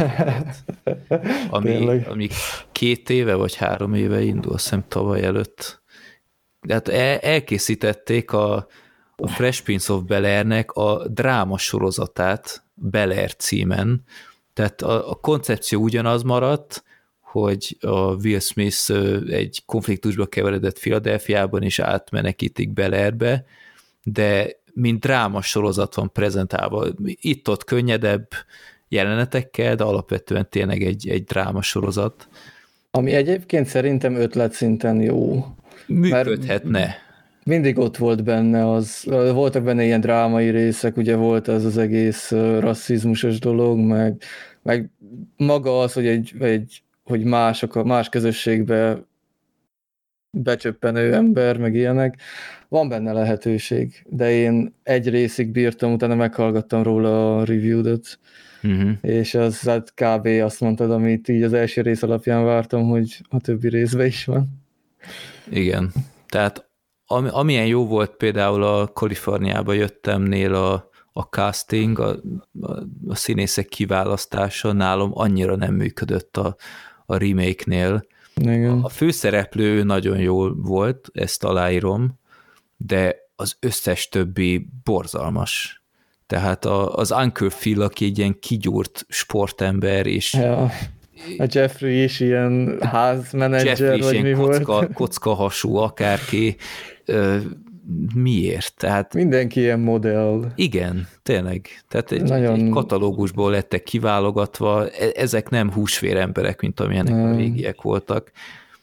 ami 2 éve vagy 3 éve indul, azt hiszem tavaly előtt. De hát elkészítették a Fresh Prince of Bel-Airnek a dráma sorozatát Bel Air címen. Tehát a koncepció ugyanaz maradt, hogy a Will Smith egy konfliktusba keveredett Philadelphiában, és átmenekítik Bel Airbe, de mint dráma sorozat van prezentálva. Itt-ott könnyedebb jelenetekkel, de alapvetően tényleg egy dráma sorozat. Ami egyébként szerintem ötletszinten jó. Mert Működhetne. mindig ott volt benne voltak benne ilyen drámai részek, ugye volt ez az egész rasszizmusos dolog, meg maga az, hogy hogy más közösségbe becsöppenő ember, meg ilyenek, van benne lehetőség, de én egy részig bírtam, utána meghallgattam róla a review-t, és az hát kb. Azt mondtad, amit így az első rész alapján vártam, hogy a többi részben is van. Igen. Tehát amilyen jó volt például a Kaliforniába jöttemnél a casting, a színészek kiválasztása nálam annyira nem működött a remake-nél. Igen. A főszereplő nagyon jó volt, ezt aláírom, de az összes többi borzalmas. Tehát az Uncle Phil, aki egy ilyen kigyúrt sportember, és ja. A Jeffrey is ilyen házmenedzser, vagy mi volt? Kockahasú, akárki. Miért? Tehát mindenki ilyen modell. Igen, tényleg. Tehát egy katalógusból lettek kiválogatva. Ezek nem húsvér emberek, mint amilyenek a régiek voltak.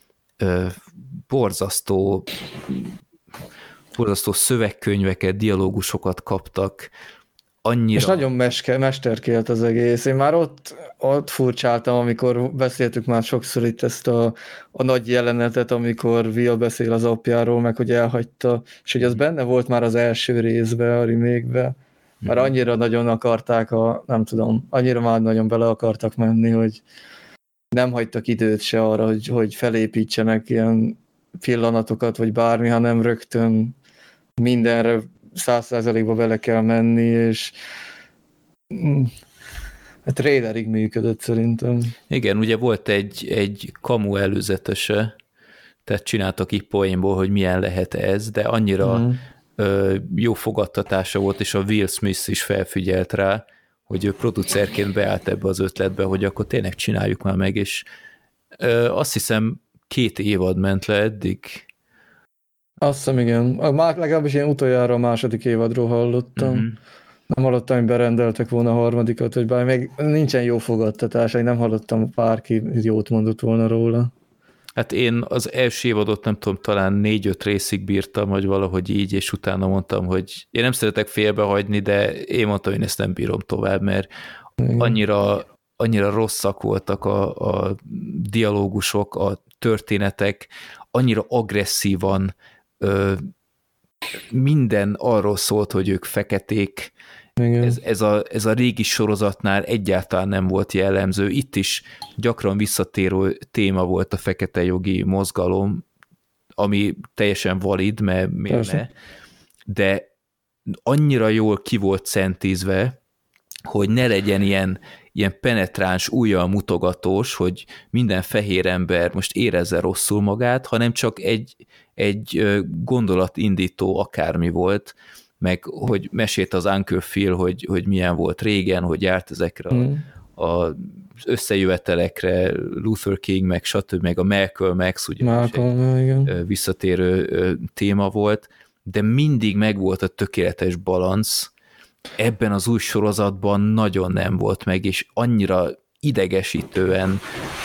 Borzasztó szövegkönyveket, dialógusokat kaptak. Annyira... És nagyon mesterkélt az egész. Én már ott furcsáltam, amikor beszéltük már sokszor itt ezt a nagy jelenetet, amikor Will beszél az apjáról, meg hogy elhagyta, és hogy az benne volt már az első részben, a remake-be, mert annyira nagyon akarták, nem tudom, annyira már nagyon bele akartak menni, hogy nem hagytak időt se arra, hogy felépítsenek ilyen pillanatokat, vagy bármi, hanem rögtön mindenre 100%-ba bele kell menni, és a trailerig működött szerintem. Igen, ugye volt egy kamu előzetese, tehát csináltak így poénból, hogy milyen lehet ez, de annyira jó fogadtatása volt, és a Will Smith is felfigyelt rá, hogy ő producerként beállt ebbe az ötletbe, hogy akkor tényleg csináljuk már meg, és azt hiszem 2 évad ment le eddig. Azt hiszem, igen. Legalábbis én utoljára a második évadról hallottam. Nem hallottam, hogy berendeltek volna a harmadikat, vagy bár még nincsen jó fogadtatás, én nem hallottam, bárki jót mondott volna róla. Hát én az első évadot nem tudom, talán 4-5 részig bírtam, vagy valahogy így, és utána mondtam, hogy én nem szeretek félbehagyni, de én mondtam, hogy én ezt nem bírom tovább, mert annyira rosszak voltak a dialógusok, a történetek, annyira agresszívan minden arról szólt, hogy ők feketék. Ez a régi sorozatnál egyáltalán nem volt jellemző. Itt is gyakran visszatérő téma volt a fekete jogi mozgalom, ami teljesen valid, mert miért ne? De annyira jól ki volt centízve, hogy ne legyen ilyen penetráns, ujjal mutogatós, hogy minden fehér ember most érezze rosszul magát, hanem csak egy gondolatindító akármi volt, meg hogy mesélt az Uncle Phil, hogy milyen volt régen, hogy járt ezekre az összejövetelekre, Luther King, meg stb., meg a Malcolm X, ugye visszatérő téma volt, de mindig megvolt a tökéletes balansz. Ebben az új sorozatban nagyon nem volt meg, és annyira idegesítően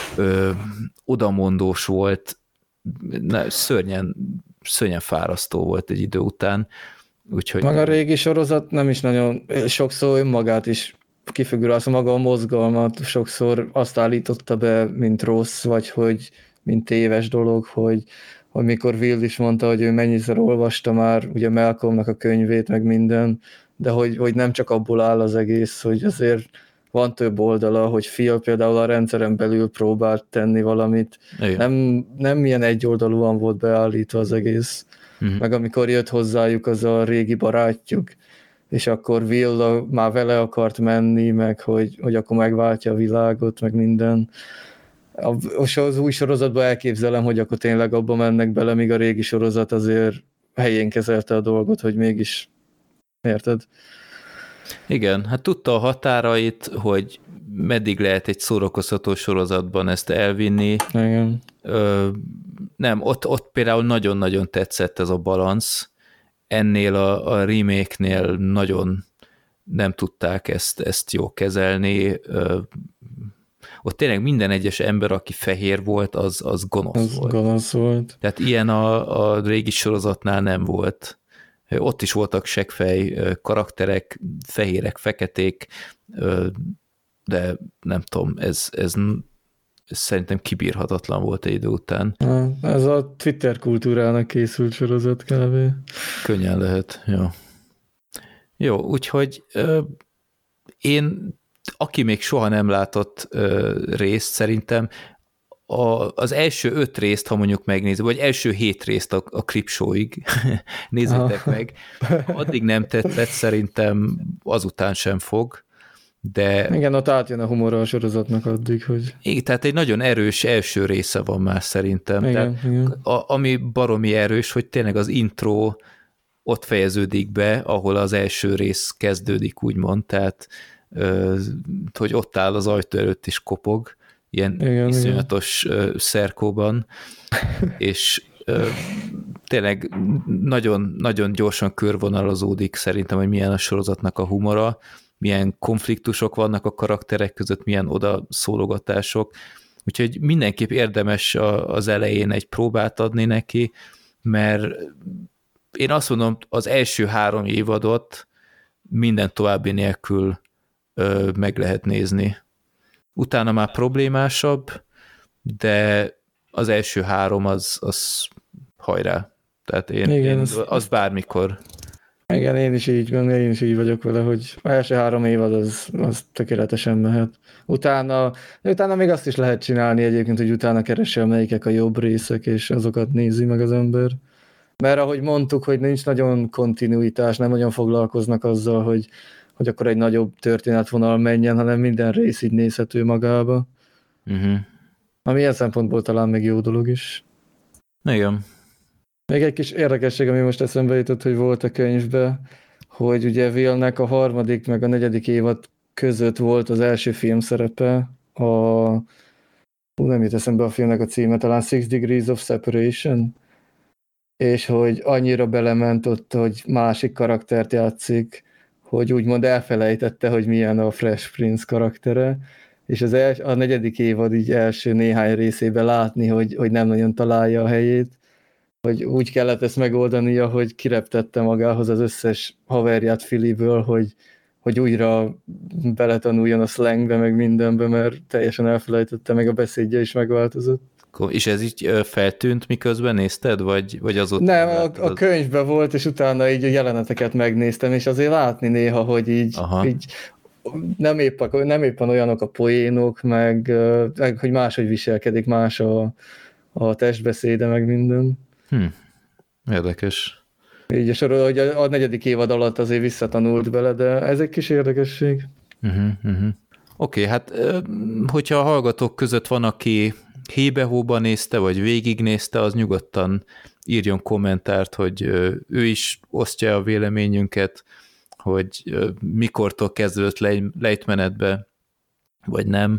odamondós volt, szörnyen fárasztó volt egy idő után. Úgyhogy... Maga a régi sorozat nem is nagyon, sokszor önmagát is kifigurál, maga a mozgalmat sokszor azt állította be, mint rossz, vagy hogy mint téves dolog, hogy mikor Will is mondta, hogy ő mennyiszer olvasta már ugye Malcolmnak a könyvét, meg minden, de hogy nem csak abból áll az egész, hogy azért van több oldala, hogy Phil például a rendszeren belül próbált tenni valamit. Nem ilyen egyoldalúan volt beállítva az egész. Meg amikor jött hozzájuk az a régi barátjuk, és akkor Will már vele akart menni, meg hogy akkor megváltja a világot, meg minden. Az új sorozatban elképzelem, hogy akkor tényleg abba mennek bele, míg a régi sorozat azért helyén kezelte a dolgot, hogy mégis érted? Igen, hát tudta a határait, hogy meddig lehet egy szórakoztató sorozatban ezt elvinni. Igen. Nem, ott például nagyon-nagyon tetszett ez a balansz. Ennél a remake-nél nagyon nem tudták ezt jól kezelni. ott tényleg minden egyes ember, aki fehér volt, az gonosz volt. Gonosz volt. Tehát ilyen a régi sorozatnál nem volt. Ott is voltak seggfej karakterek, fehérek, feketék, de nem tudom, ez szerintem kibírhatatlan volt egy idő után. Ez a Twitter kultúrának készült sorozat kb. Könnyen lehet, jó. Jó, úgyhogy én, aki még soha nem látott részt, szerintem az első 5 részt, ha mondjuk megnézzük, vagy első 7 részt a Creepshowig nézzétek meg, addig nem tetszett, szerintem azután sem fog, de... Igen, ott átjön a humor a sorozatnak addig, hogy... Igen, tehát egy nagyon erős első része van már szerintem. Igen, tehát, igen. ami baromi erős, hogy tényleg az intro ott fejeződik be, ahol az első rész kezdődik, úgymond, tehát hogy ott áll az ajtó előtt is kopog, ilyen igen, iszonyatos szerkóban, és tényleg nagyon, nagyon gyorsan körvonalazódik szerintem, hogy milyen a sorozatnak a humora, milyen konfliktusok vannak a karakterek között, milyen odaszólogatások, úgyhogy mindenképp érdemes az elején egy próbát adni neki, mert én azt mondom, az első 3 évadot minden további nélkül meg lehet nézni. Utána már problémásabb, de az első 3 az hajrá. Tehát én az bármikor. Igen, én is így vagyok vele, hogy az első 3 évad az tökéletesen mehet. Utána még azt is lehet csinálni egyébként, hogy utána keresse, melyikek a jobb részek, és azokat nézi meg az ember. Mert ahogy mondtuk, hogy nincs nagyon kontinuitás, nem nagyon foglalkoznak azzal, hogy akkor egy nagyobb történetvonal menjen, hanem minden rész így nézhető magába. Ami ilyen szempontból talán még jó dolog is. Igen. Még egy kis érdekesség, ami most eszembe jutott, hogy volt a könyvben, hogy ugye Will-nek a 3. meg a 4. évad között volt az első film szerepe, nem jut eszembe a filmnek a címe, talán 6 Degrees of Separation, és hogy annyira belement ott, hogy másik karaktert játszik, hogy úgymond elfelejtette, hogy milyen a Fresh Prince karaktere, és a 4. évad így első néhány részében látni, hogy nem nagyon találja a helyét, hogy úgy kellett ezt megoldania, hogy kireptette magához az összes haverját Philly-ből, hogy újra beletanuljon a slangbe, meg mindenbe, mert teljesen elfelejtette, meg a beszédje is megváltozott. És ez így feltűnt, miközben nézted, vagy azóta? Nem, a könyvben volt, és utána így a jeleneteket megnéztem, és azért látni néha, hogy így nem éppen olyanok a poénok, meg hogy máshogy viselkedik, más a testbeszéde, meg minden. Érdekes. Így hogy a 4. évad alatt azért visszatanult bele, de ez egy kis érdekesség. Oké, hát hogyha a hallgatók között van, aki hébe-hóba nézte, vagy végignézte, az nyugodtan írjon kommentárt, hogy ő is osztja a véleményünket, hogy mikortól kezdődött lejtmenetbe, vagy nem.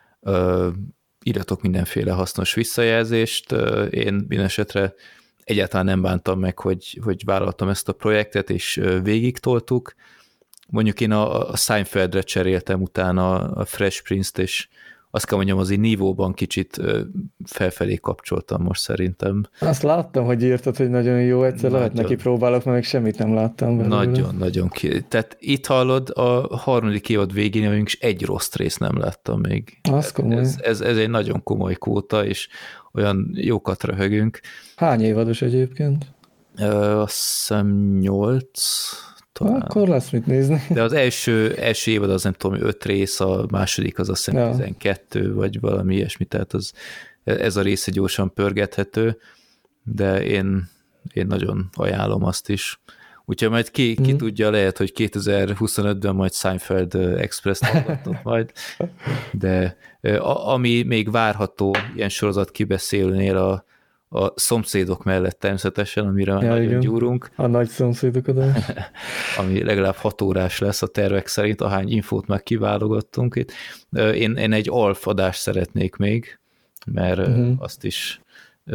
Írjatok mindenféle hasznos visszajelzést. Én mindenesetre egyáltalán nem bántam meg, hogy vállaltam ezt a projektet, és végig toltuk. Mondjuk én a Seinfeldre cseréltem utána a Fresh Prince-t, és azt kell mondjam, azért nívóban kicsit felfelé kapcsoltam most szerintem. Azt láttam, hogy írtad, hogy nagyon jó, egyszer lehet neki próbálok, mert még semmit nem láttam belőle. Nagyon Tehát itt hallod, a 3. évad végén és egy rossz részt nem láttam még. Az komoly. Ez egy nagyon komoly kvóta, és olyan jókat röhögünk. Hány évados egyébként? Azt hiszem 8. Talán. Akkor lesz mit nézni. De az első évad az nem tudom, 5 rész, a második az azt hiszem 12, vagy valami ilyesmi, tehát ez a része gyorsan pörgethető, de én nagyon ajánlom azt is. Úgyhogy majd ki tudja, lehet, hogy 2025-ben majd Seinfeld Express-t hallgatok majd, de ami még várható ilyen sorozat kibeszélőnél a szomszédok mellett természetesen, amire nagyon gyúrunk. A nagy szomszédok oda. Ami legalább 6 órás lesz a tervek szerint, ahány infót már kiválogattunk itt. Én egy Alf adást szeretnék még, mert azt is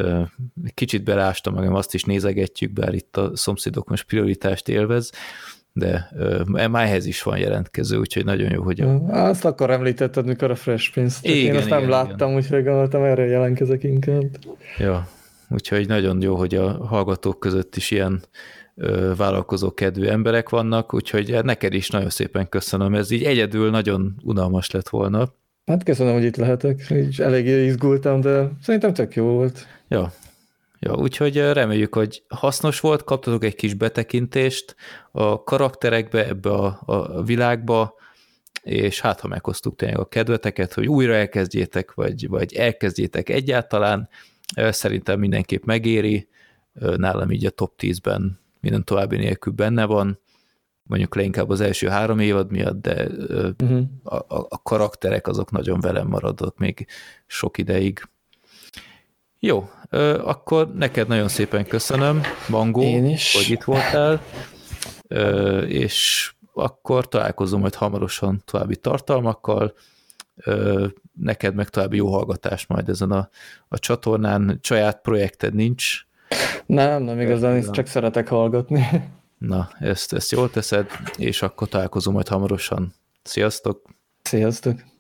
kicsit belástam magam, azt is nézegetjük, bár itt a szomszédok most prioritást élvez, de már ehhez is van jelentkező, úgyhogy nagyon jó, hogy Azt akkor említetted, mikor a Fresh Prince, csak igen, én azt nem igen, láttam, igen. úgyhogy gondoltam, erre jelentkezek inkább. Ja, úgyhogy nagyon jó, hogy a hallgatók között is ilyen vállalkozó kedvű emberek vannak, úgyhogy neked is nagyon szépen köszönöm, ez így egyedül nagyon unalmas lett volna. Hát köszönöm, hogy itt lehetek, így eléggé izgultam, de szerintem tök jó volt. Ja, ja, úgyhogy reméljük, hogy hasznos volt, kaptatok egy kis betekintést a karakterekbe, ebbe a világba, és hát ha meghoztuk tényleg a kedveteket, hogy újra elkezdjétek, vagy elkezdjétek egyáltalán, szerintem mindenképp megéri, nálam így a top 10-ben minden további nélkül benne van, mondjuk leginkább az első 3 évad miatt, de a karakterek azok nagyon velem maradnak még sok ideig. Jó, akkor neked nagyon szépen köszönöm, Mangó, hogy itt voltál, és akkor találkozom majd hamarosan további tartalmakkal, neked meg további jó hallgatást majd ezen a csatornán, saját projekted nincs. Nem igazán, csak szeretek hallgatni. Na, ezt jól teszed, és akkor találkozom majd hamarosan. Sziasztok! Sziasztok!